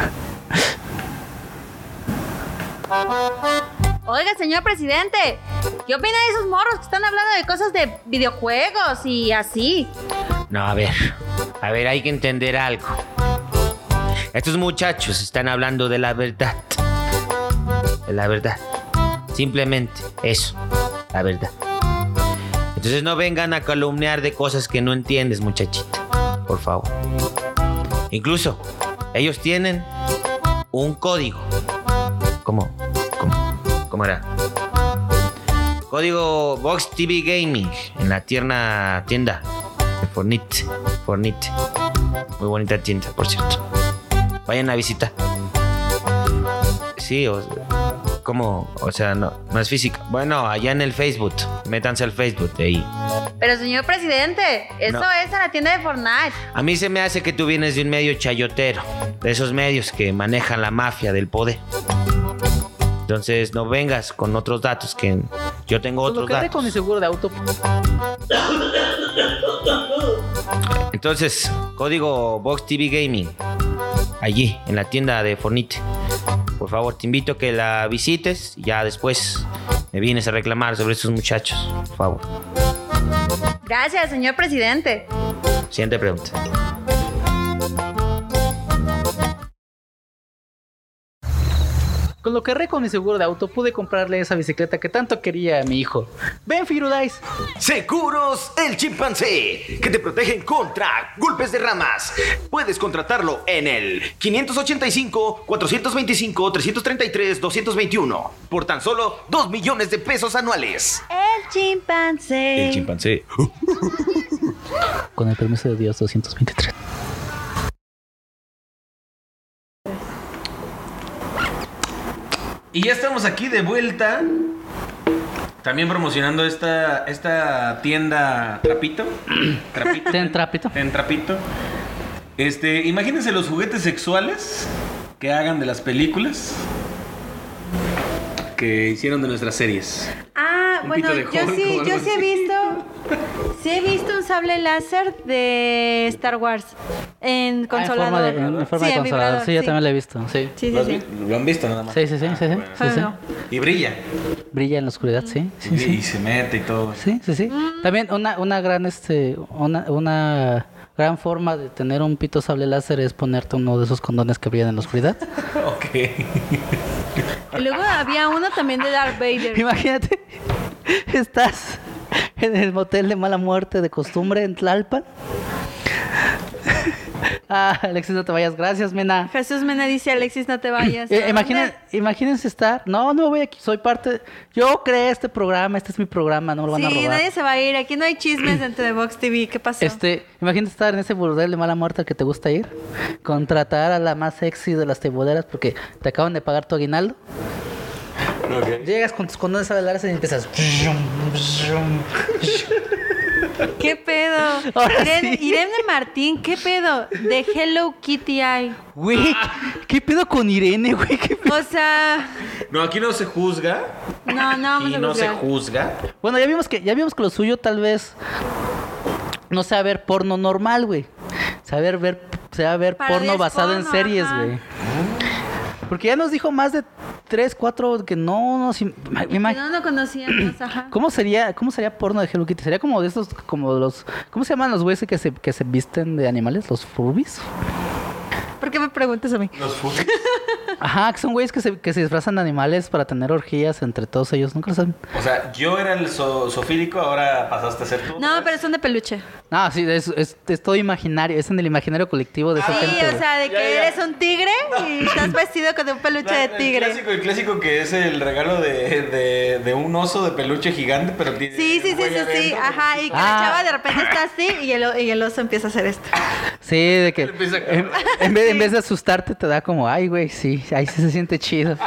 Oiga, señor presidente, ¿qué opina de esos morros que están hablando de cosas de videojuegos y así? No, a ver, hay que entender algo. Estos muchachos están hablando de la verdad. De la verdad. Simplemente eso, la verdad. Entonces no vengan a calumniar de cosas que no entiendes, muchachita. Por favor. Incluso, ellos tienen un código. ¿Cómo era? Código Box TV Gaming en la tienda de Fortnite. Muy bonita tienda, por cierto. Vayan a visitar. Sí, ¿cómo? O sea, no es física. Bueno, allá en el Facebook. Métanse al Facebook de ahí. Pero señor presidente, eso No. es en la tienda de Fortnite. A mí se me hace que tú vienes de un medio chayotero. De esos medios que manejan la mafia del poder. Entonces no vengas con otros datos que yo tengo otros Lo quedé datos. con mi seguro de auto. Entonces, código Box TV Gaming. Allí, en la tienda de Fornite. Por favor, te invito a que la visites y ya después me vienes a reclamar sobre estos muchachos. Por favor. Gracias, señor presidente. Siguiente pregunta. Con lo que ahorré con mi seguro de auto pude comprarle esa bicicleta que tanto quería a mi hijo. Ven, Firulais. Seguros El Chimpancé, que te protegen contra golpes de ramas. Puedes contratarlo en el 585-425-333-221 por tan solo 2 millones de pesos anuales. El chimpancé. Chimpancé. Con el permiso de Dios, 223. Y ya estamos aquí de vuelta. También promocionando esta tienda Trapito. Ten Trapito. Ten Trapito. Imagínense los juguetes sexuales que hagan de las películas que hicieron de nuestras series. Ah, Un bueno, pito de yo Hulk o sí algo he así. visto. Sí he visto un sable láser de Star Wars en consolador. En forma Sí, de en consolador. vibrador, Sí, yo sí. también lo he visto. Sí. Sí, ¿Lo, sí, sí. ¿Lo han visto nada más? Sí, sí, sí, sí, sí. bueno. Sí, sí. No. Y brilla. Brilla en la oscuridad, sí. Sí, Y sí. se mete y todo. Sí, sí, sí. También una gran una gran forma de tener un pito sable láser es ponerte uno de esos condones que brillan en la oscuridad. Ok. Y luego había uno también de Darth Vader. Imagínate, estás en el motel de mala muerte de costumbre en Tlalpan. Ah, Alexis, no te vayas. Gracias, Mena. Jesús Mena dice, Alexis, no te vayas. Imagínense estar. No me voy aquí. Soy parte. Yo creé este programa. Este es mi programa. No me lo van a Sí, robar. nadie se va a ir. Aquí no hay chismes dentro de Vox TV. ¿Qué pasó? Imagínate estar en ese burdel de mala muerte al que te gusta ir. Contratar a la más sexy de las teiboleras porque te acaban de pagar tu aguinaldo. Ok. Llegas con tus condones a y empiezas. ¿Qué pedo? Ahora sí. Irene Martín, ¿qué pedo? De Hello Kitty Eye. Güey, ¿qué pedo con Irene, güey? ¿Qué pedo? O sea, No, aquí no se juzga. no vamos Aquí a no se juzgar. juzga. Bueno, ya vimos que lo suyo tal vez no sea ver porno normal, güey. Sea ver Parodias porno basado en porno, series, ajá. güey. Porque ya nos dijo más de 3, 4 que no Que no lo conocíamos, ajá. ¿Cómo sería porno de Hello Kitty? Sería como de estos, como los, ¿cómo se llaman los güeyes que se visten de animales? ¿Los Furbies? ¿Por qué me preguntas a mí? Los furries. Ajá, que son güeyes que se disfrazan de animales para tener orgías entre todos ellos. ¿Nunca lo saben? O sea, yo era el sofílico, ahora pasaste a ser tú. No, pero son de peluche. No, sí, es todo imaginario. Es en el imaginario colectivo de esa Sí, gente. o güey. sea, de que Ya. eres un tigre y estás vestido con un peluche de tigre. El clásico que es el regalo de un oso de peluche gigante, pero tiene. Sí, un güey adentro. ajá, y que Ah. la chava de repente está así y el oso empieza a hacer esto. Sí, de que Empieza a en vez de asustarte te da como, ay, güey, sí, ahí sí se siente chido.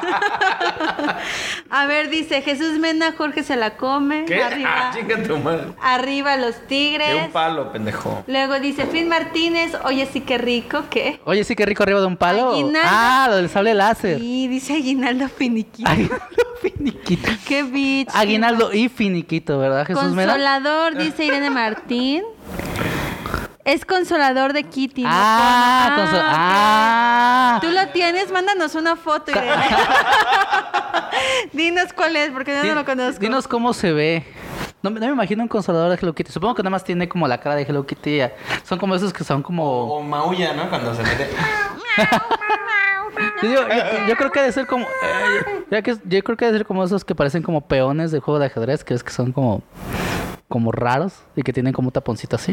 A ver, dice Jesús Mena, Jorge se la come. ¿Qué? Arriba, Ah, chinga tu madre. arriba los De tigres. un palo, pendejo. Luego dice Fin Martínez, oye, sí que rico, ¿qué? Oye, sí, qué rico arriba de un palo. Aguinaldo. Ah, lo del sable láser. Y dice Aguinaldo Finiquito. Aguinaldo finiquito. Qué bitch. Aguinaldo y finiquito, ¿verdad, Jesús Mena? Consolador, dice Irene Martín. Es consolador de Kitty. no Ah, porno. Ok. ah. Tú lo tienes, mándanos una foto, Irene. Dinos cuál es, porque yo no lo conozco. Dinos cómo se ve. No me imagino un consolador de Hello Kitty. Supongo que nada más tiene como la cara de Hello Kitty. Son como esos que son como... O maulla, ¿no? Cuando se mete. Yo creo que ha de ser como... yo creo que ha de ser como esos que parecen como peones de juego de ajedrez. Que es que son como raros y que tienen como un taponcito así.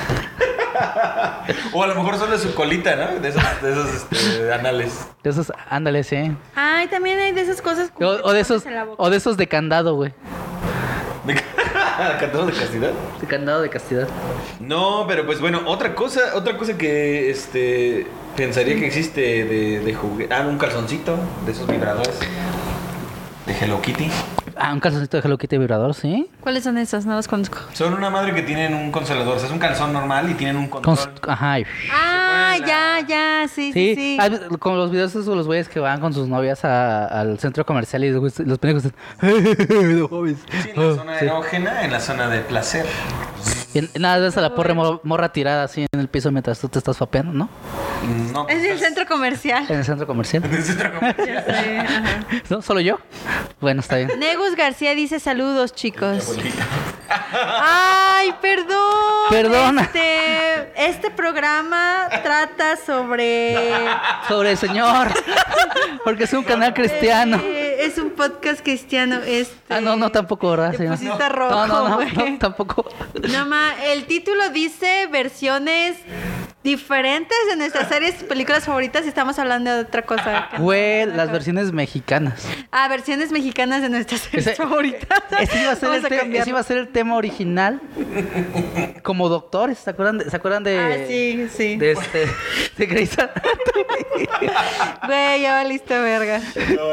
O a lo mejor solo su colita, ¿no? De esos anales. De esos, ándale, sí. Ay, también hay de esas cosas. como que O de te esos, pones en la boca. o de esos de candado, güey. ¿Cantado de castidad? De candado de castidad. No, pero pues bueno, otra cosa que pensaría que existe de juguete. Ah, un calzoncito de esos vibradores de Hello Kitty. Ah, un calzoncito de Hello Kitty vibrador, ¿sí? ¿Cuáles son esos? No los conozco. Son una madre que tienen un consolador. O sea, es un calzón normal y tienen un control. Ajá. Ah, Se ponen ya, sí. Ah, con los videos esos de los güeyes que van con sus novias al centro comercial y los pendejos Sí, en la zona erógena, en la zona de placer. y nada, ves a la pobre morra tirada así en el piso mientras tú te estás fapeando, ¿no? No, Es el centro comercial. En el centro comercial. En el centro comercial. Ya sé, ajá. ¿No? ¿Solo yo? Bueno, está bien. Negus García dice saludos, chicos. Ay, perdón. Perdona. Este programa trata sobre... Sobre el Señor. Porque es un canal cristiano. Es un podcast cristiano. No, tampoco, ¿verdad, Te señor? pusiste rojo, No, güey. tampoco. No, el título dice versiones diferentes de nuestras series, películas favoritas y estamos hablando de otra cosa. Güey, las versiones mexicanas. Ah, versiones mexicanas de nuestras series favoritas. Ese iba a ser Vamos a cambiarlo. ese iba a ser el tema original. Como doctores, ¿se acuerdan de Ah, sí. de Grey's Anatomy? Güey, ya valiste verga.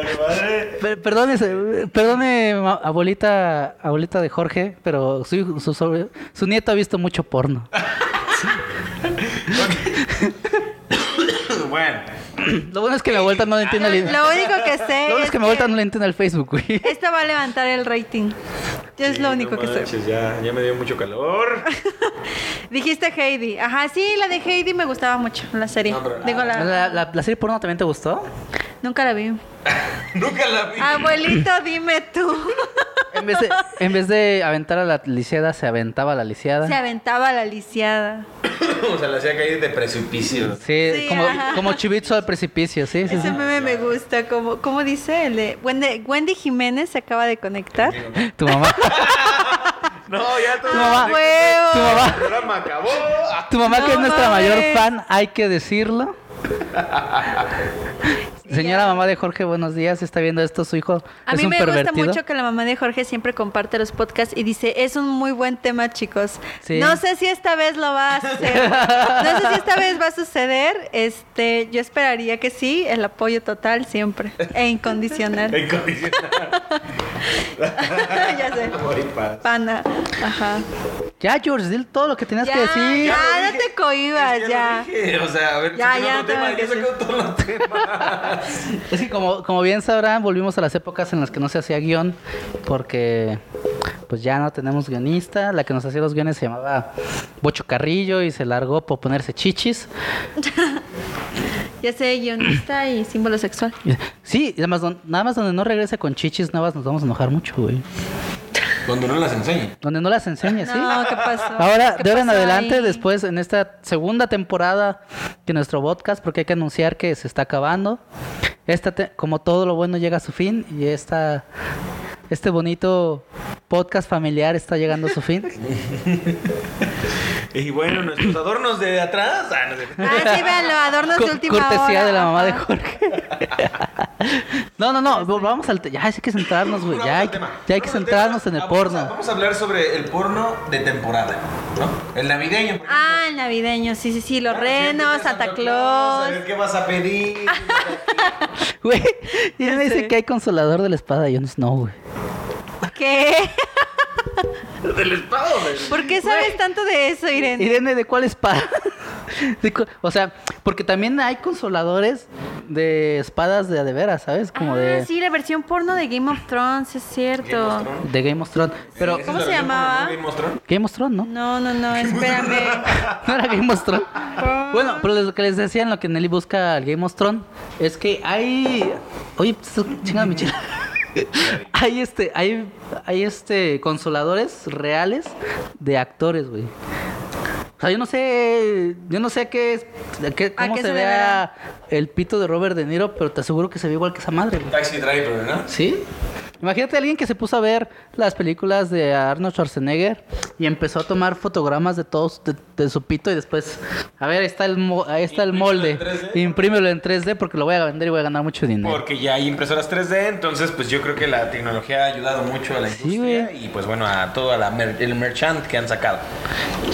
Perdone, abuelita de Jorge, pero su nieto ha visto mucho porno. Bueno. Lo bueno es que mi abuelita no le entiende Lo único que sé Lo bueno es que mi abuelita no le entiende al Facebook, güey. esto va a levantar el rating. Es lo único que sé. Ya me dio mucho calor. Dijiste Heidi. Ajá, sí, la de Heidi me gustaba mucho, la serie. No, pero- Digo, ¿La serie porno también te gustó? nunca la vi. Nunca la vi. Abuelito, dime tú. En vez de aventar a la lisiada, se aventaba a la lisiada. Se aventaba la lisiada. O sea, la hacía caer de precipicio. Sí, Sí, como, ajá. como chivito al precipicio, sí. Ese meme me gusta. ¿Cómo dice? El de Wendy Jiménez se acaba de conectar. Tu mamá. No, ya todo. Tu mamá. ¡Huevo! Tu mamá. El programa acabó. Tu mamá, que es No nuestra mames. mayor fan, hay que decirlo. Señora mamá de Jorge, buenos días. Está viendo esto su hijo. A es mí un me pervertido. gusta mucho que la mamá de Jorge siempre comparte los podcasts y dice, es un muy buen tema, chicos. Sí. No sé si esta vez lo va a hacer. No sé si esta vez va a suceder. Yo esperaría que sí, el apoyo total siempre e incondicional. Incondicional. Ya sé. Amor y paz. Pana. Ajá. Ya, George, dile todo lo que tenías Ya, que decir. ya. lo no dije. te cohibas, Es que ya. lo dije. O sea, a ver, Ya, saqué ya, otro tema. tengo que Ya saqué todos los temas. Es que como bien sabrán, volvimos a las épocas en las que no se hacía guión, porque pues ya no tenemos guionista. La que nos hacía los guiones se llamaba Bocho Carrillo y se largó por ponerse chichis. Ya sé, guionista y símbolo sexual. Sí, y nada más donde no regrese con chichis nuevas nos vamos a enojar mucho, güey. Cuando no las enseñe. Donde no las enseñe, ¿sí? No, ¿qué pasó? Ahora, ¿Qué de ahora en pasó adelante, ahí? después, en esta segunda temporada de nuestro podcast, porque hay que anunciar que se está acabando. Como todo lo bueno llega a su fin y este bonito podcast familiar está llegando a su fin. Y bueno, nuestros adornos de atrás. Ah, no sé. Ah, sí, véanlo, adornos de última Cortesía hora. de la mamá de Ajá. Jorge. No, vamos al ya hay que centrarnos, güey. Ya hay que centrarnos en el porno. Vamos a hablar sobre el porno de temporada, ¿no? El navideño. por ejemplo. Ah, el navideño, sí, los renos, Siéntete, Santa A Claus. ver qué vas a pedir. Güey, Irene dice sé. que hay consolador de la espada. Yo no, güey. ¿Qué? Del espado, güey. ¿Por qué sabes tanto de eso, Irene? Irene, ¿de cuál espada? O sea, porque también hay consoladores de espadas de veras, ¿sabes? Como de Sí, la versión porno de Game of Thrones, es cierto. Game of Thrones. Pero ¿Esa ¿cómo es la se versión llamaba? porno de Game of Thrones? Game of Thrones, ¿no? No, espérame. No era Game of Thrones. Bueno, pero lo que les decía en lo que Nelly busca al Game of Thrones es que hay... Oye, pues, chingada mi chela. Hay consoladores reales de actores, güey. O sea, yo no sé cómo qué se se vea el pito de Robert De Niro, pero te aseguro que se ve igual que esa madre, güey. Taxi Driver, ¿no? ¿Sí? Imagínate a alguien que se puso a ver las películas de Arnold Schwarzenegger y empezó a tomar fotogramas de todos de su pito y después, a ver, ahí está el molde. en 3D. Imprímelo en 3D porque lo voy a vender y voy a ganar mucho dinero. Porque ya hay impresoras 3D, entonces pues yo creo que la tecnología ha ayudado mucho a la Sí, industria güey. y pues bueno, a todo el merchant que han sacado.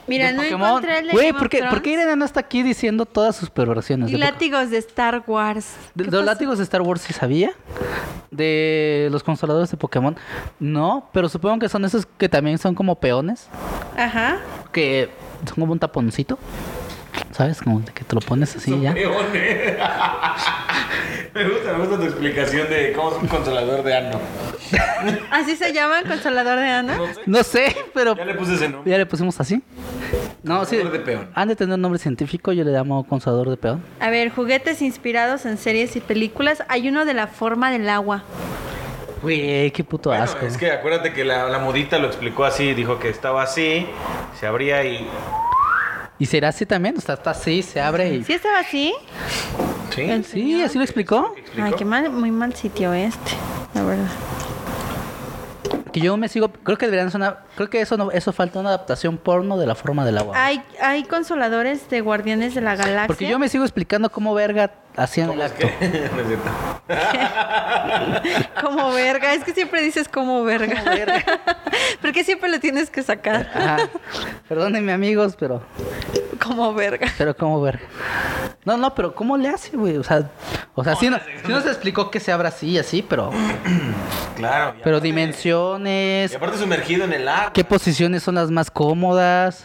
Mira, de no Pokémon. encontré el de Güey, Game of ¿por qué Thrones. Irene no está aquí diciendo todas sus perversiones? Y de látigos de Star Wars. De ¿Qué los pasó? látigos de Star Wars sí sabía. De los consoladores de Pokémon, no. Pero supongo que son esos que también son como peones. Ajá. Que son como un taponcito. ¿Sabes? Como de que te lo pones así ya. Peones. Me gusta tu explicación de cómo es un consolador de ano. ¿Así se llama el consolador de Ana? No sé, pero Ya le puse ese nombre. ya le pusimos así. No, sí. Consolador de peón. Han de tener un nombre científico, yo le llamo consolador de peón. A ver, juguetes inspirados en series y películas. Hay uno de la forma del agua. Güey, qué puto Bueno, asco. es que acuérdate que la modita lo explicó así. Dijo que estaba así, se abría y... ¿Y será así también? O sea, está así, se abre y... ¿Sí estaba así? ¿Sí? El Sí, señor. así lo explicó. Ay, qué mal, muy mal sitio este, la verdad. Que yo me sigo... Creo que deberían sonar... Creo que eso falta una adaptación porno de la forma del agua. Hay consoladores de Guardianes de la Galaxia. Porque yo me sigo explicando cómo verga hacían el ¿Cómo es acto. que? No es cierto. Como verga, es que siempre dices como verga. ¿Por qué siempre lo tienes que sacar? Ajá. Perdónenme amigos, pero Como verga. cómo verga. No, pero ¿cómo le hace, güey? O sea, sí nos explicó que se abra así y así, pero Claro. y pero aparte- dimensiones, Y aparte sumergido en el agua. qué posiciones son las más cómodas.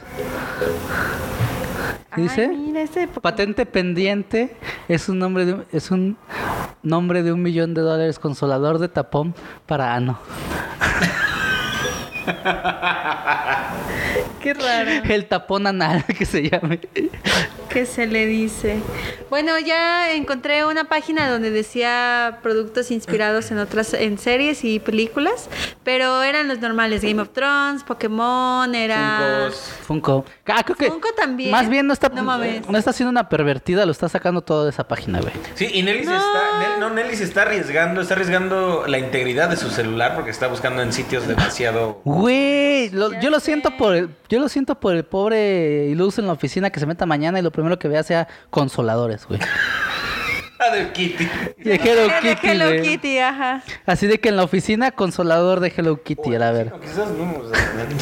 ¿Qué dice? Ay, mira, este de Pokémon. Patente pendiente es un nombre de un nombre de $1 millón consolador de tapón para ano. Qué raro. El tapón anal que se llame. ¿Qué se le dice? Bueno, ya encontré una página donde decía productos inspirados en series y películas, pero eran los normales, Game of Thrones, Pokémon, era Funko. Ah, creo que Funko también. Más bien no está No mames. no está haciendo una pervertida, lo está sacando todo de esa página, güey. Sí, y Nelly Nelly se está arriesgando la integridad de su celular porque está buscando en sitios demasiado... Güey, Ya yo lo sé. siento por el pobre iluso en la oficina que se meta mañana y lo primero que vea sea consoladores, güey. de Kitty. De Hello de Kitty, Hello güey. Kitty, ajá. Así de que en la oficina consolador de Hello Kitty, a la ver. Quizás no, o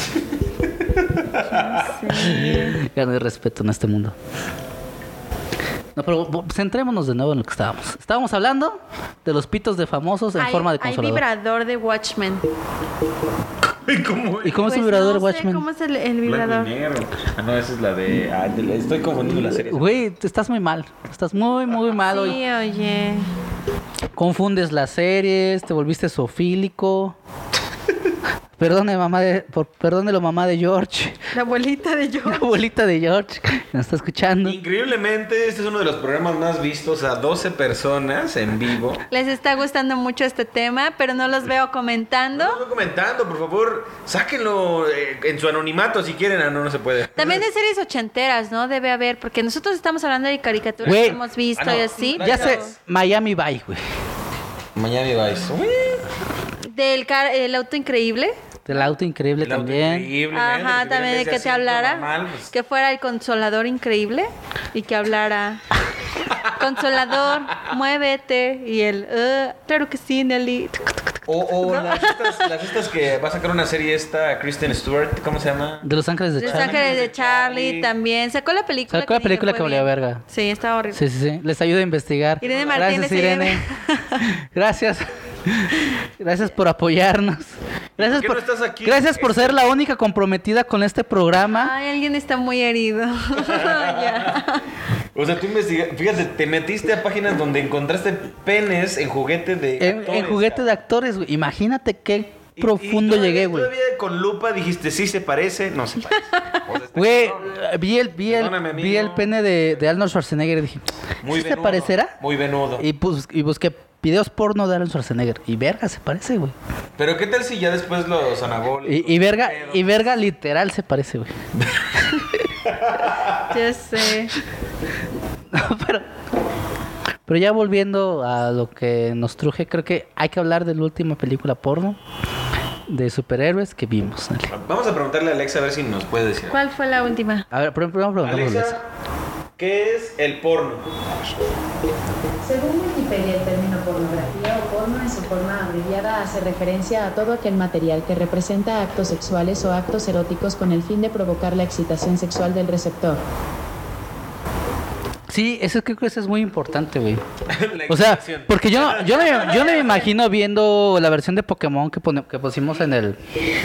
sea, Ya no hay respeto en este mundo. No, pero centrémonos de nuevo en lo que estábamos. Estábamos hablando de los pitos de famosos en forma de Hay consolador. vibrador de Watchmen. ¿Cómo ¿Y cómo es Pues el vibrador no sé Watchmen? ¿Cómo es el Blanco vibrador? y negro. Ah, no, esa es la de... estoy confundiendo la serie. Güey, te estás muy mal. Estás muy, muy mal hoy. Sí, oye. Confundes las series, te volviste zoofílico. Perdónelo, mamá de George. La abuelita de La George. abuelita de George. Nos está escuchando. Increíblemente, este es uno de los programas más vistos a 12 personas en vivo. Les está gustando mucho este tema, pero no los veo comentando. No estoy comentando, por favor, sáquenlo en su anonimato si quieren. Ah, no se puede. También de series ochenteras, ¿no? Debe haber, porque nosotros estamos hablando de caricaturas Güey. que hemos visto Ah, no. y así. Ya sé, pero Miami Vice, güey. Miami Vice. El auto increíble. Del auto increíble El auto también. increíble, Ajá, ¿no? también de Ese que te asiento hablara. normal, pues. Que fuera el consolador increíble y que hablara. Consolador, muévete. Y el, claro que sí, Nelly. O las estas que va a sacar una serie esta, Kristen Stewart, ¿cómo se llama? De Los Ángeles de Los Charlie. Ángeles de Charlie también. Sacó la película. Sacó la ni le película fue que valía bien. verga. Sí, estaba horrible. Sí, sí, sí. Les ayuda a investigar. Irene Martínez, Gracias, Irene. Gracias. Gracias por apoyarnos. Gracias qué no estás aquí? Gracias por ser la única comprometida con este programa. Ay, alguien está muy herido. Ya. O sea, tú investigaste, fíjate, te metiste a páginas donde encontraste penes en juguete de En juguete de actores, güey. Imagínate qué Y- profundo y todavía- llegué, güey. Todavía con lupa dijiste, sí se parece, no se parece. O sea, está Güey, cabrón. vi Perdóname, amigo. el pene de Arnold Schwarzenegger y dije, Muy ¿sí se venudo, parecerá? Muy venudo. Y busqué videos porno de Arnold Schwarzenegger. Y verga, se parece, güey. Pero qué tal si ya después los anabólicos... Y verga, pedos? y verga literal se parece, güey. Ya sé. No, pero ya volviendo a lo que nos truje, creo que hay que hablar de la última película porno de superhéroes que vimos. Nelly. Vamos a preguntarle a Alexa a ver si nos puede decir. ¿Cuál fue la última? A ver, primero preguntamos Alexa, ¿qué es el porno? Según Wikipedia, el término pornografía o porno en su forma abreviada hace referencia a todo aquel material que representa actos sexuales o actos eróticos con el fin de provocar la excitación sexual del receptor. Sí, eso creo que eso es muy importante, güey. La O sea, excitación. porque yo no me imagino viendo la versión de Pokémon que pusimos en el...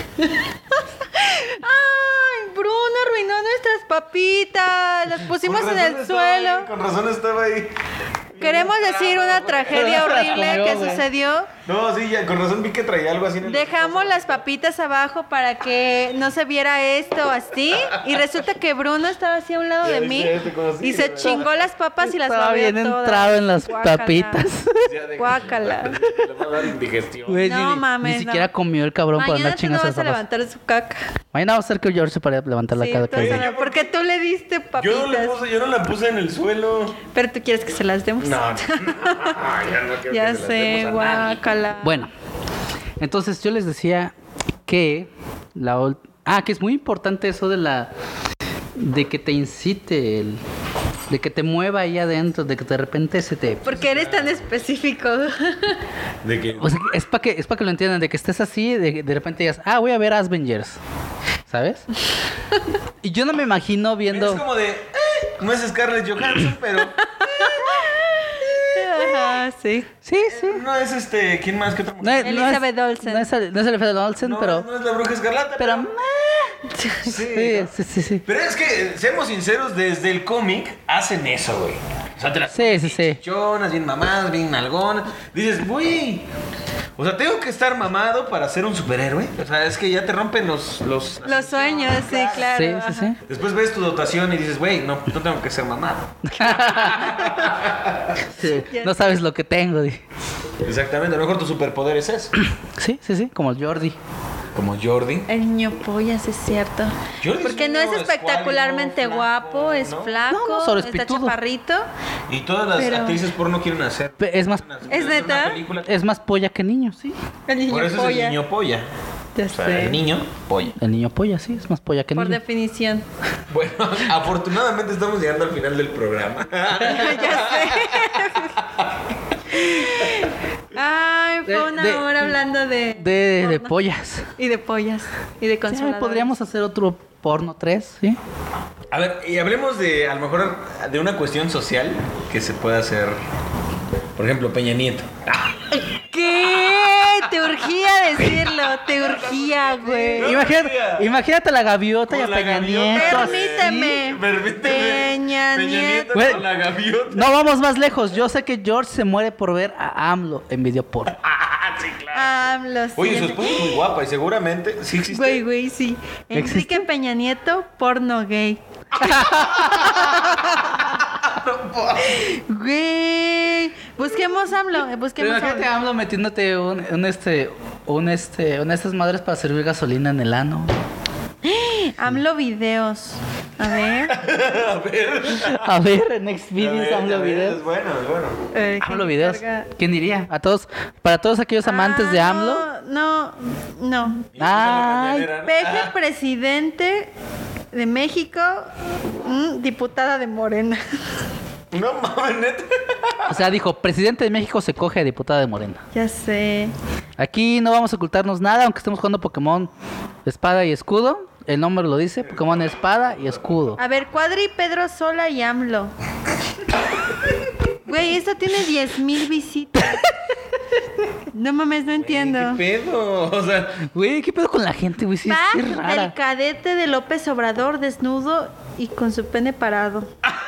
¡Ay, Bruno arruinó nuestras papitas! Las pusimos Con en razón el estaba suelo. ahí, con razón estaba ahí. Queremos decir una tragedia Pero no se las horrible comió, que güey. sucedió. No, sí, ya, con razón vi que traía algo así en el... Dejamos las papitas abajo para que no se viera esto así. Y resulta que Bruno estaba así a un lado de mí. Ya te conocí, Y se ¿verdad? chingó las papas y las Estaba babeó bien todas. entrado en las Guácala. papitas. Ya de- Guácala. Le va a dar indigestión. Güey, No ni mames, siquiera no. comió el cabrón por Mañana andar tú no chingando vas a esas papas. levantar de su caca. Mañana va a ser que George se pare a levantar la Sí, cara. tú vas a ¿Por qué? porque tú le diste papitas. Yo no la puse en el suelo. Pero tú quieres que se las demos. No, no. Ya no quiero Ya que se las sé, demos a nadie. guácala. Bueno, entonces yo les decía que que es muy importante eso de que te incite de que te mueva ahí adentro, de que de repente se te... Porque eres tan específico. De que... O sea, es para que lo entiendan, de que estés así, de repente digas, voy a ver Avengers, ¿sabes? Y yo no me imagino Es viendo... como de... no es Scarlett Johansson, pero... Ajá, sí. Sí, sí. No es ¿quién más? ¿Qué otra No mujer? es, Elizabeth Olsen. No es Elizabeth Olsen, No, pero... no es la Bruja Escarlata. Pero... Sí, Sí, ¿no? sí, sí, sí. Pero es que, seamos sinceros, desde el cómic hacen eso, güey. O sea, te las Sí, sí, sí. chichonas, bien mamadas, bien nalgonas. Dices, güey, o sea, tengo que estar mamado para ser un superhéroe. O sea, es que ya te rompen los Sueños, sí, claro. Sí, sí, ajá. sí. Después ves tu dotación y dices, güey, no tengo que ser mamado. Sí, no sabes lo que tengo. Exactamente, a lo mejor tu superpoder es eso. Sí, sí, sí, como el Jordi. Como Jordi. El niño pollas, es cierto. Jordi es Porque un no es niño espectacularmente escuálido, guapo, flaco, es ¿no? flaco, No, solo está espitudo. chaparrito. Y todas las Pero- actrices porno quieren hacer. Es más, ¿Es una neta? película. es más polla que niño, sí. El niño Por eso polla. es el niño polla. Ya O sea, sé. el niño polla. El niño polla, sí, es más polla que Por niño. definición. Bueno, afortunadamente estamos llegando al final del programa. Ya sé. Ay, fue una De- hora hablando de De porno. pollas. Y de pollas. Y de Sí, consoladores. podríamos hacer otro porno 3, ¿sí? A ver, y hablemos de, a lo mejor, de una cuestión social que se puede hacer. Por ejemplo, Peña Nieto. ¿Qué? Te urgía decirlo, te urgía, güey. No, Imagínate la gaviota y a Con la Peña gaviota. Nieto. así. Permíteme. Peña Nieto Güey. con la gaviota. No vamos más lejos. Yo sé que George se muere por ver a AMLO en video porno. Sí, claro. AMLO, sí. Oye, su esposa es muy guapa y seguramente sí existe. Güey, sí. Enrique ¿Existe? Peña Nieto, porno gay. Güey. Busquemos AMLO, busquemos Imagínate a AMLO. AMLO metiéndote una de estas madres para servir gasolina en el ano. AMLO videos. A ver. A ver, en A Xvideos ver, AMLO a ver, videos. Es bueno, es bueno. ¿Quién AMLO videos. carga? ¿Quién diría? Para todos aquellos amantes de AMLO. No. Ay, Peje, presidente de México, diputada de Morena. No mames, neta. o sea, dijo, presidente de México se coge a diputada de Morena. Ya sé. Aquí no vamos a ocultarnos nada, aunque estemos jugando Pokémon Espada y Escudo. El nombre lo dice, Pokémon Espada y Escudo. A ver, Cuadri, Pedro Sola y AMLO. Güey, esto tiene 10,000 visitas. No mames, no entiendo. ¿Qué pedo? O sea, Güey, ¿qué pedo con la gente, güey? Sí, Pack es rara. del cadete de López Obrador desnudo y con su pene parado.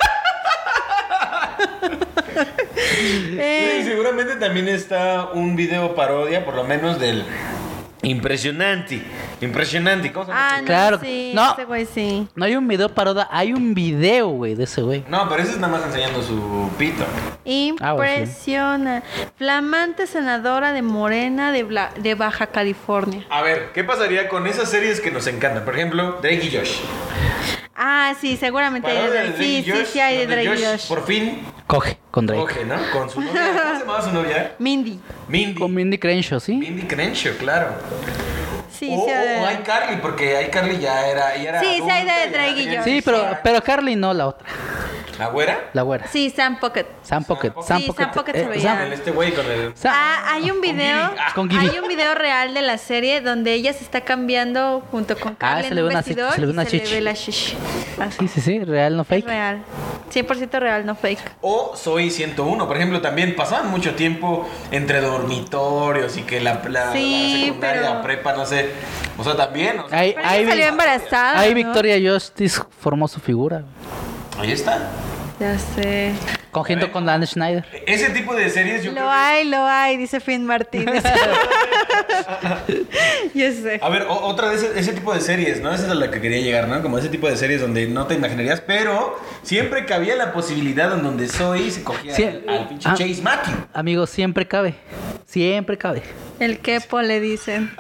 sí, seguramente también está un video parodia, por lo menos del Impresionante. ¿Cómo se llama? No, Claro, sí, no. ese güey sí. No hay un video paroda, hay un video, güey, de ese güey. No, pero ese es nada más enseñando su pito. Impresiona. Flamante senadora de Morena de Baja California. A ver, ¿qué pasaría con esas series que nos encantan? Por ejemplo, Drake y Josh. Ah, sí, seguramente hay de Parodia de Drake. Sí, y Josh, sí hay de donde Drake y Josh. Por fin Coge con Drake. coge, ¿no? Con su novia. ¿Cómo se llamaba su novia? Mindy. Mindy. Con Mindy Crenshaw, ¿sí? Mindy Crenshaw, claro. Sí, o sí hay de- iCarly, porque iCarly ya era Sí, sí hay de adulta, ya Drake y tenía Josh. Sí, pero Carly no, la otra. ¿La güera? La güera. Sí, Sam Pocket. Sam Pocket. Sí, Sam Pocket se veía. Este güey con el... Hay un video, Con Gibby. hay un video real de la serie donde ella se está cambiando junto con Carl se en le un ve una vestidor se le ve una y se le chichi. ve la shishi. Así. Sí, real, no Es fake. real. 100% real, no fake. O Soy 101, por ejemplo, también pasaban mucho tiempo entre dormitorios y que la Sí, secundaria, pero- prepa, no sé. O sea, también. O sea, Ahí, Pero ella salió embarazada, ahí ¿no? Victoria Justice formó su figura. ahí está. Ya sé. Cogiendo con Dan Schneider. Ese tipo de series yo creo Lo hay, dice Finn Martínez. Ya sé. A ver, otra de ese tipo de series, ¿no? Esa es a la que quería llegar, ¿no? Como ese tipo de series donde no te imaginarías, pero siempre cabía la posibilidad en donde Zoe se cogía Sí. al pinche Ah. Chase Matthew. Amigos, siempre cabe. Siempre cabe. El quepo le dicen.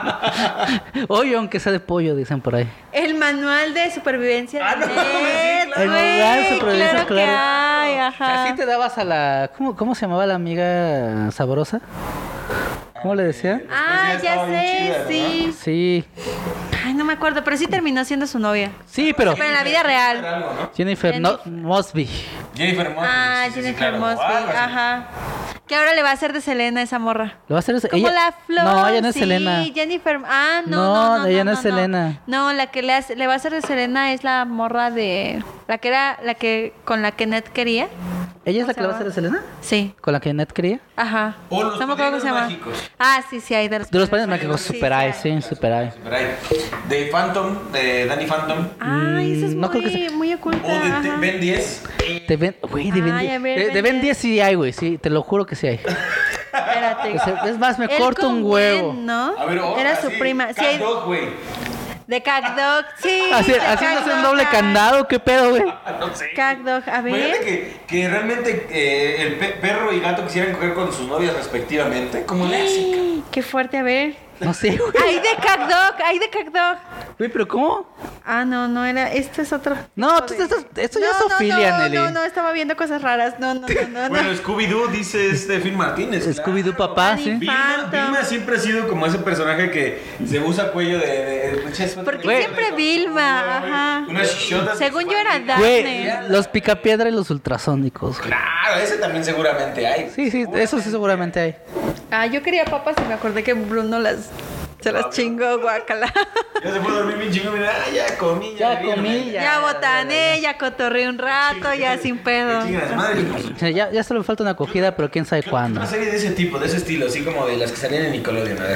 Oye, aunque sea de pollo, dicen por ahí. El manual de supervivencia Ah, de no, Ned, sí, claro. El manual de güey, supervivencia, claro que claro. hay, O sea, ajá. ¿sí te dabas a la... ¿Cómo se llamaba la amiga sabrosa? ¿Cómo le decía? Ah, Después ya estaba bien sé, chida, ¿no? sí. Sí. Ay, no me acuerdo, pero sí terminó siendo su novia. Sí, pero... Pero en la vida real. Algo, ¿no? Jennifer Mosby. Jennifer Mosby. Ah, sí, sí, sí, Jennifer claro. Mosby, Algo así. ajá. Que ahora le va a hacer de Selena esa morra. ¿Lo va a hacer ese- Como ella- la flor. No, ella no es sí, Selena. Jennifer. Ah, No, no. ella no es Selena. No, la que le va a hacer de Selena es la morra de. La que con la que Ned quería. ¿Ella es la ¿Cómo que se la va a hacer de Selena? Sí. ¿Con la que Ned quería? Ajá. O los no me acuerdo cómo se llama. Padrinos Mágicos. Ah, sí, hay de los De los Padrinos padres mágicos, Sí, super hay, sí sí, super hay. Pero ahí, de Phantom, de Danny Phantom. Ay, esa es No muy, creo que sea- muy oculta. O de ajá. Ben 10. De Ben, güey, de Ben Ay, 10. a ver, De Ben Ben 10 10 sí hay, güey, sí, te lo juro que sí hay. Espérate. Es más, me Él corto con un huevo. Gwen, ¿no? A ver, Era su prima. Sí, hay- Dog, güey. de Cagdog, sí. Así, de haciéndose un Cagdog, doble candado, ¿qué pedo, güey? No sé. Cagdog, a Imagínate ver. que realmente el perro y gato quisieran coger con sus novias respectivamente. Como le hacen? Qué fuerte, a ver. No sé, güey. Hay de Cagdog. Güey, pero ¿cómo? Ah, no era. Esto es otro. No, tipo de- esto ya es zoofilia, Nelly. No, estaba viendo cosas raras. No. Bueno, Scooby-Doo dice Phil Martínez. Scooby-Doo papá, Danny sí. Vilma siempre ha sido como ese personaje que se usa cuello de Porque Güey. siempre Vilma, ajá. Unas chichotas. Según yo era Güey, Daphne. los picapiedra y los ultrasónicos. güey. Claro, ese también seguramente hay. Sí, eso sí seguramente hay. Ah, yo quería papas y me acordé que Bruno se las chingó, guacala. Ya se fue a dormir bien chingón, mira, ya comí, Ya vi, comí, me- Ya botané, ya cotorré un rato, ya sin pedo. Chingan a su madre. O sea, ya solo me falta una acogida, pero quién sabe cuándo. Una serie de ese tipo, de ese estilo, así como de las que salían en Nickelodeon, a ver.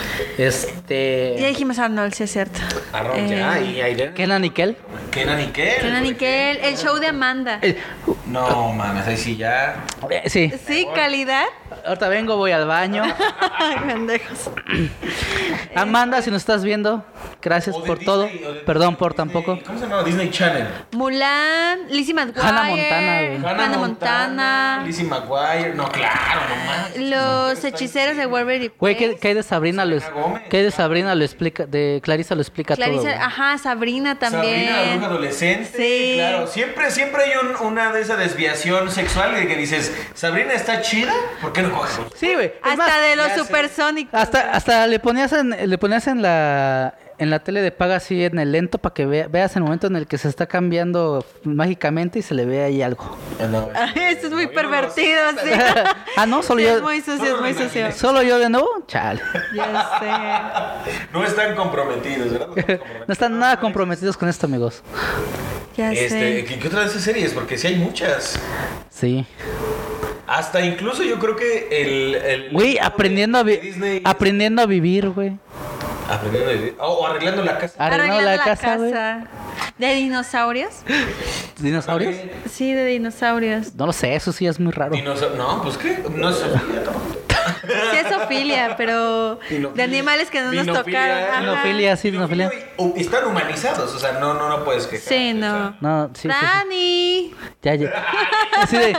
Ya dijimos Arnold, sí es cierto. Arroz, ya, y Aiden. Kenan y Kel. Kenan y Kel. Kenan y Kel, el show de Amanda. No, mames, ahí sí ya. Sí. Sí, calidad. Ahorita vengo, voy al baño. Ay, pendejos. Amanda, si nos estás viendo, gracias O de por Disney, todo. o de Perdón por Disney- tampoco. ¿Cómo se llama? Disney Channel. Mulan, Lizzie McGuire. Hannah Montana, güey. Hannah Montana. Lizzie McGuire. No, claro, no más. Los hechiceros de Waverly Güey, Place. ¿qué hay de Sabrina? Selena Gómez. ¿Qué hay de Sabrina? Lo explica, de Clarisa lo explica todo. Clarissa, güey. ajá, Sabrina también. Sabrina, la bruja adolescente. Sí. Claro, siempre hay una de esa desviación sexual de que dices, Sabrina está chida, ¿por qué no coges? Sí, güey. Es Hasta más, de los ya sé. supersónicos. hasta le ponías en la tele de paga así en el lento para que veas el momento en el que se está cambiando mágicamente y se le ve ahí algo. Ay, esto es muy pervertido, sí. Ah, no, solo Sí, yo. es muy sucio, es muy sucio. Solo yo de nuevo, chale. Ya sé. No están comprometidos, ¿verdad? No están comprometidos. No están nada comprometidos con esto, amigos. Ya sé. ¿Qué otra de esas series? Porque sí hay muchas. Sí. Hasta incluso yo creo que el Güey, aprendiendo a Disney- aprendiendo a vivir, güey. Aprendiendo a vivir. O arreglando la casa. Arreglando la casa, güey. ¿De dinosaurios? ¿Dinosaurios? Sí, de dinosaurios. No lo sé, eso sí es muy raro. No, pues qué. No es Sofía, ¿no? Sí es zoofilia, pero de animales que no nos Dinofilia, tocaron. Ajá. Dinofilia, sí, dinofilia. Están humanizados, o sea, no puedes quejar. Sí, no. No, sí, sí, sí. Dani. Ya. Así de,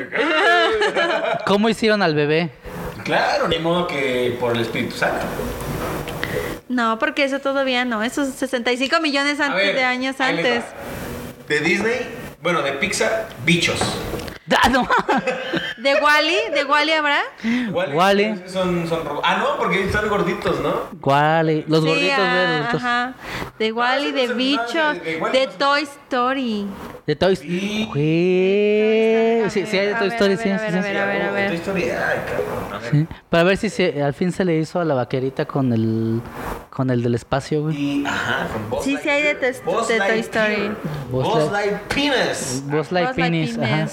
¿cómo hicieron al bebé? Claro, ni modo que por el Espíritu Santo. No, porque eso todavía no. Esos 65 millones A ver, de años ahí les antes. va. De Disney, bueno, de Pixar, bichos. ¡Ah, no! ¿De Wally habrá? Wall-E. Son no, porque están gorditos, ¿no? Wall-E. Los Sí, gorditos, güey, los gorditos. ajá. De Wally, de los bichos, animales de Wall-E de no sé. Toy Story. De Toy Story. Sí, hay de Toy Story, sí. A ver. Toy Story, ay, cabrón. A ver. Sí. Para ver si al fin se le hizo a la vaquerita con el del espacio, güey. Y, con Buzz Sí, sí hay de Toy Story. Buzz Lightyear. Buzz Lightyear, ajá.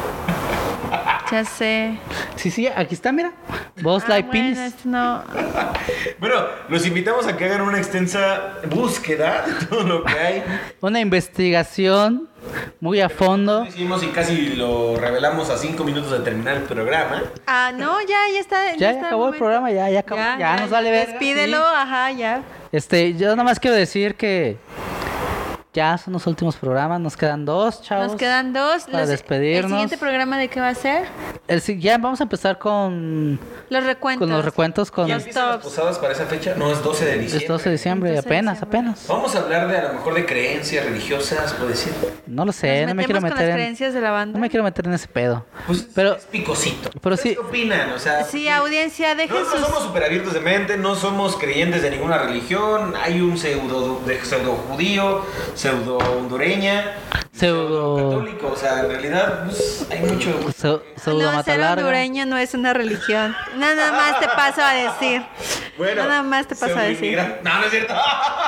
Ya sé. Sí, aquí está, mira. Buzz Lightyear. Bueno, esto no. Bueno, los invitamos a que hagan una extensa búsqueda de todo lo que hay. Una investigación muy a fondo. Lo hicimos y casi lo revelamos a 5 minutos de terminar el programa. No, ya está. Ya está acabó el momento. programa, ya acabó. Ya nos vale ver. Despídelo, ya. Yo nada más quiero decir que ya son los últimos programas, nos quedan 2, chavos. Nos quedan 2. Para despedirnos. ¿El siguiente programa de qué va a ser? Ya vamos a empezar con Los recuentos. los recuentos, con ¿Y Los empiezan las tops. posadas para esa fecha? No, es 12 de diciembre. es 12 de diciembre, 12 de apenas. Vamos a hablar de a lo mejor de creencias religiosas, puedo decir. No lo sé, Nos no me quiero metemos con meter las creencias de la banda. no me quiero meter en ese pedo. Pues Pero es picosito. pero ¿Ustedes sí- ¿Qué opinan? O sea, Sí, audiencia, dejen no sus... somos súper abiertos de mente, no somos creyentes de ninguna religión. Hay un pseudo judío, pseudo hondureña, Pseudo- católico. O sea, en realidad pues, hay mucho. Pseudo No, mata ser larga. hondureño no es una religión. Nada más te paso a decir. Nada más te paso a decir. No, no es cierto.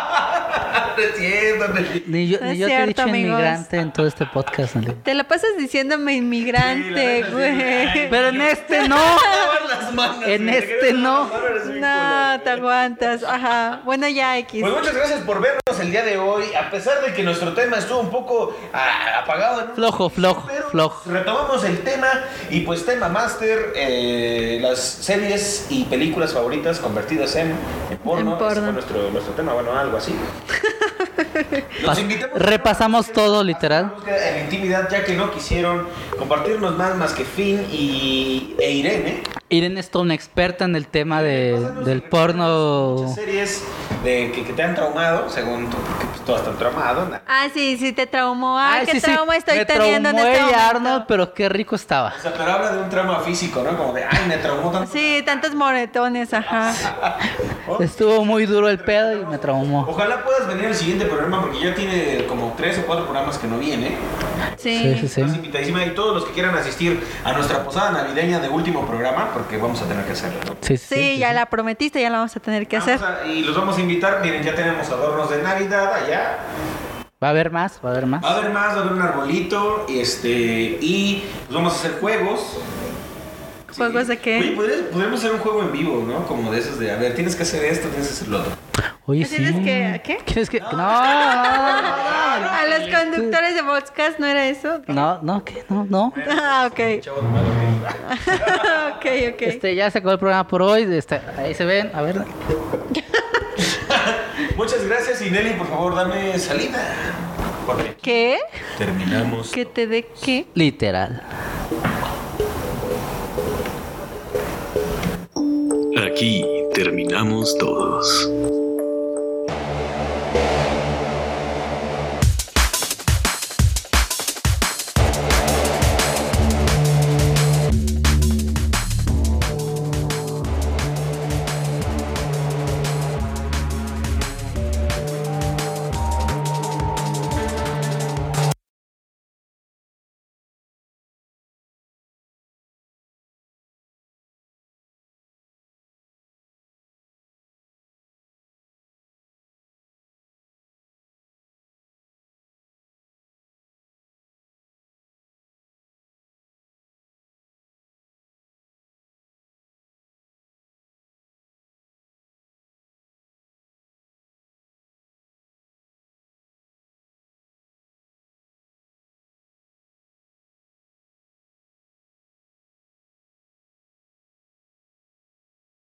No es cierto. No es cierto. Ni yo, No ni es yo te he cierto, dicho amigos. inmigrante en todo este podcast, Ale. Te lo pasas diciéndome inmigrante, Sí, la güey. neta, sí. Pero en este no. Las manos, En güey. este Te quedas no. con las manos, eres bien No, te aguantas. Ajá. Bueno, ya, X. Pues muchas gracias por vernos el día de hoy. A pesar de que nuestro tema estuvo un poco apagado. en un Flojo, pero flojo. Retomamos el tema y pues tema máster, las series y películas favoritas convertidas en porno. En porno. Ese fue nuestro tema, bueno, algo así. Los invitamos a Repasamos todo, literal. en la intimidad, ya que no quisieron compartirnos más que Finn e Irene. Irene es toda una experta en el tema del porno. Muchas series que te han traumado, según tú, porque pues, tú estás traumado. Sí, te traumó. Ay, qué sí, trauma estoy me teniendo en traumó este el momento. Arnold, pero qué rico estaba. O sea, pero habla de un trauma físico, ¿no? Como de, ay, me traumó tanto. Sí, tantos moretones, ajá. Estuvo muy duro el pedo y me traumó. Ojalá puedas venir al siguiente programa porque ya tiene como 3 o 4 programas que no viene. Sí. Sí. Estás invitadísima y todos los que quieran asistir a nuestra posada navideña de último programa, porque vamos a tener que hacerlo, ¿no? Sí, ya la prometiste, ya la vamos a tener que hacer. Y los vamos a invitar. Miren, ya tenemos adornos de Navidad allá. Va a haber más. Va a haber más, va a haber un arbolito. Y pues vamos a hacer juegos. ¿Juegos de qué? Oye, podríamos hacer un juego en vivo, ¿no? Como de esos de, a ver, tienes que hacer esto, tienes que hacer lo otro. Oye, sí. ¿Tienes que a qué? ¿Quieres que? No. A los conductores de podcast, ¿no era eso? No, ¿qué? No. Ok. Chavos malos. Ok. Ya se acabó el programa por hoy. Ahí se ven. A ver. Muchas gracias y Nelly, por favor, dame salida. Porque ¿Qué? terminamos. ¿Que te dé qué? Literal. Aquí terminamos todos.